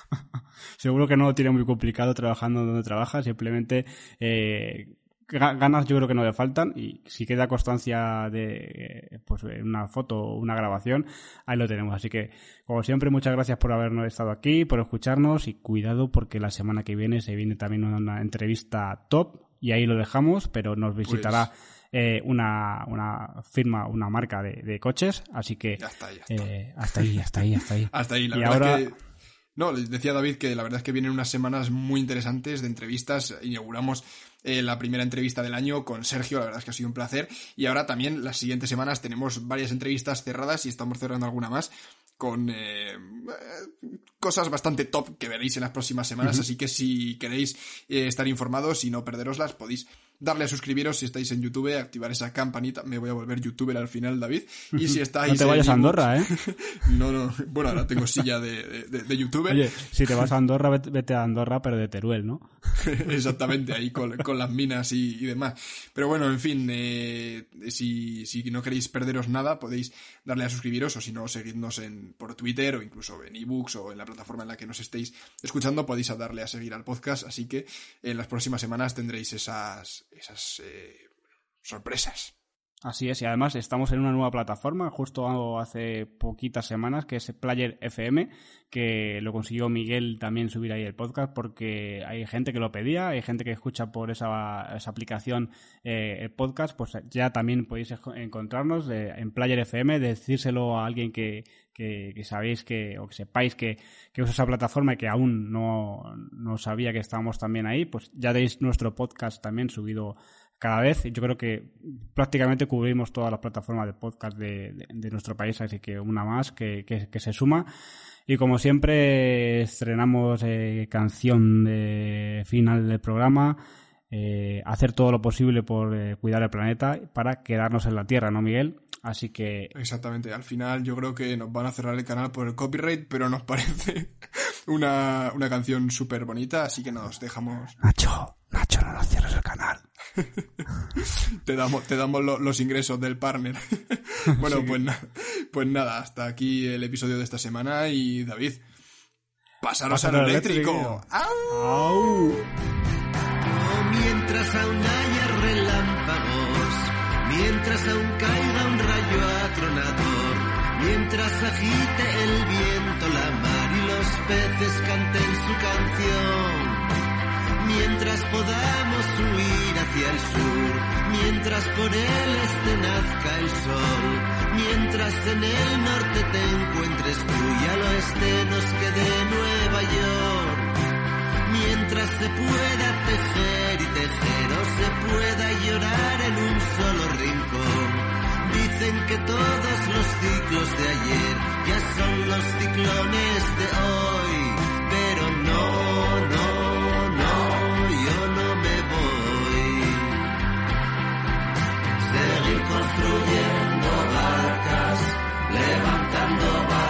Seguro que no lo tiene muy complicado trabajando donde trabaja, simplemente eh, ganas yo creo que no le faltan, y si queda constancia de pues una foto o una grabación, ahí lo tenemos. Así que, como siempre, muchas gracias por habernos estado aquí, por escucharnos, y cuidado porque la semana que viene se viene también una entrevista top, y ahí lo dejamos, pero nos visitará pues... eh, una, una firma, una marca de, de coches, así que ya está, ya está. Eh, hasta ahí, hasta ahí, hasta ahí. Hasta ahí, la y verdad ahora... es que... No, les decía David que la verdad es que vienen unas semanas muy interesantes de entrevistas. Inauguramos eh, la primera entrevista del año con Sergio, la verdad es que ha sido un placer. Y ahora también las siguientes semanas tenemos varias entrevistas cerradas y estamos cerrando alguna más con eh, cosas bastante top que veréis en las próximas semanas. Uh-huh. Así que si queréis eh, estar informados y no perderoslas, podéis darle a suscribiros si estáis en YouTube, activar esa campanita. Me voy a volver youtuber al final, David. Y si estáis... No te vayas a Andorra, ¿eh? No, no. Bueno, ahora tengo silla de, de, de youtuber. Oye, si te vas a Andorra, vete a Andorra, pero de Teruel, ¿no? Exactamente, ahí con, con las minas y, y demás. Pero bueno, en fin, eh, si, si no queréis perderos nada, podéis darle a suscribiros, o si no, seguidnos en, por Twitter o incluso en ebooks o en la plataforma en la que nos estéis escuchando, podéis darle a seguir al podcast. Así que en las próximas semanas tendréis esas... esas eh, sorpresas. Así es, y además estamos en una nueva plataforma, justo hace poquitas semanas, que es Player F M, que lo consiguió Miguel también subir ahí el podcast, porque hay gente que lo pedía, hay gente que escucha por esa, esa aplicación eh, el podcast, pues ya también podéis encontrarnos de, en Player F M, decírselo a alguien que, que, que sabéis que, o que sepáis que, que usa esa plataforma y que aún no, no sabía que estábamos también ahí, pues ya tenéis nuestro podcast también subido cada vez. Yo creo que prácticamente cubrimos todas las plataformas de podcast de, de, de nuestro país, así que una más que, que, que se suma. Y como siempre estrenamos eh, canción de final del programa, eh, hacer todo lo posible por eh, cuidar el planeta para quedarnos en la Tierra, ¿no, Miguel? Así que... Exactamente, al final yo creo que nos van a cerrar el canal por el copyright, pero nos parece una, una canción súper bonita, así que nos dejamos... Nacho, Nacho, no nos cierres el canal. te damos, te damos lo, los ingresos del partner. Bueno, sí. pues, na, pues nada, hasta aquí el episodio de esta semana y David, pasaros al eléctrico. eléctrico. ¡Au! ¡Au! Mientras aún haya relámpagos, mientras aún caiga un rayo atronador, mientras agite el viento la mar y los peces canten su canción, mientras podamos huir hacia el sur, mientras por el este nazca el sol, mientras en el norte te encuentres tú y al oeste nos quede Nueva York, mientras se pueda tejer y tejer o se pueda llorar en un solo rincón. Dicen que todos los ciclos de ayer ya son los ciclones de hoy, pero no, no, no, yo no me voy. Seguir construyendo barcas, levantando barcas.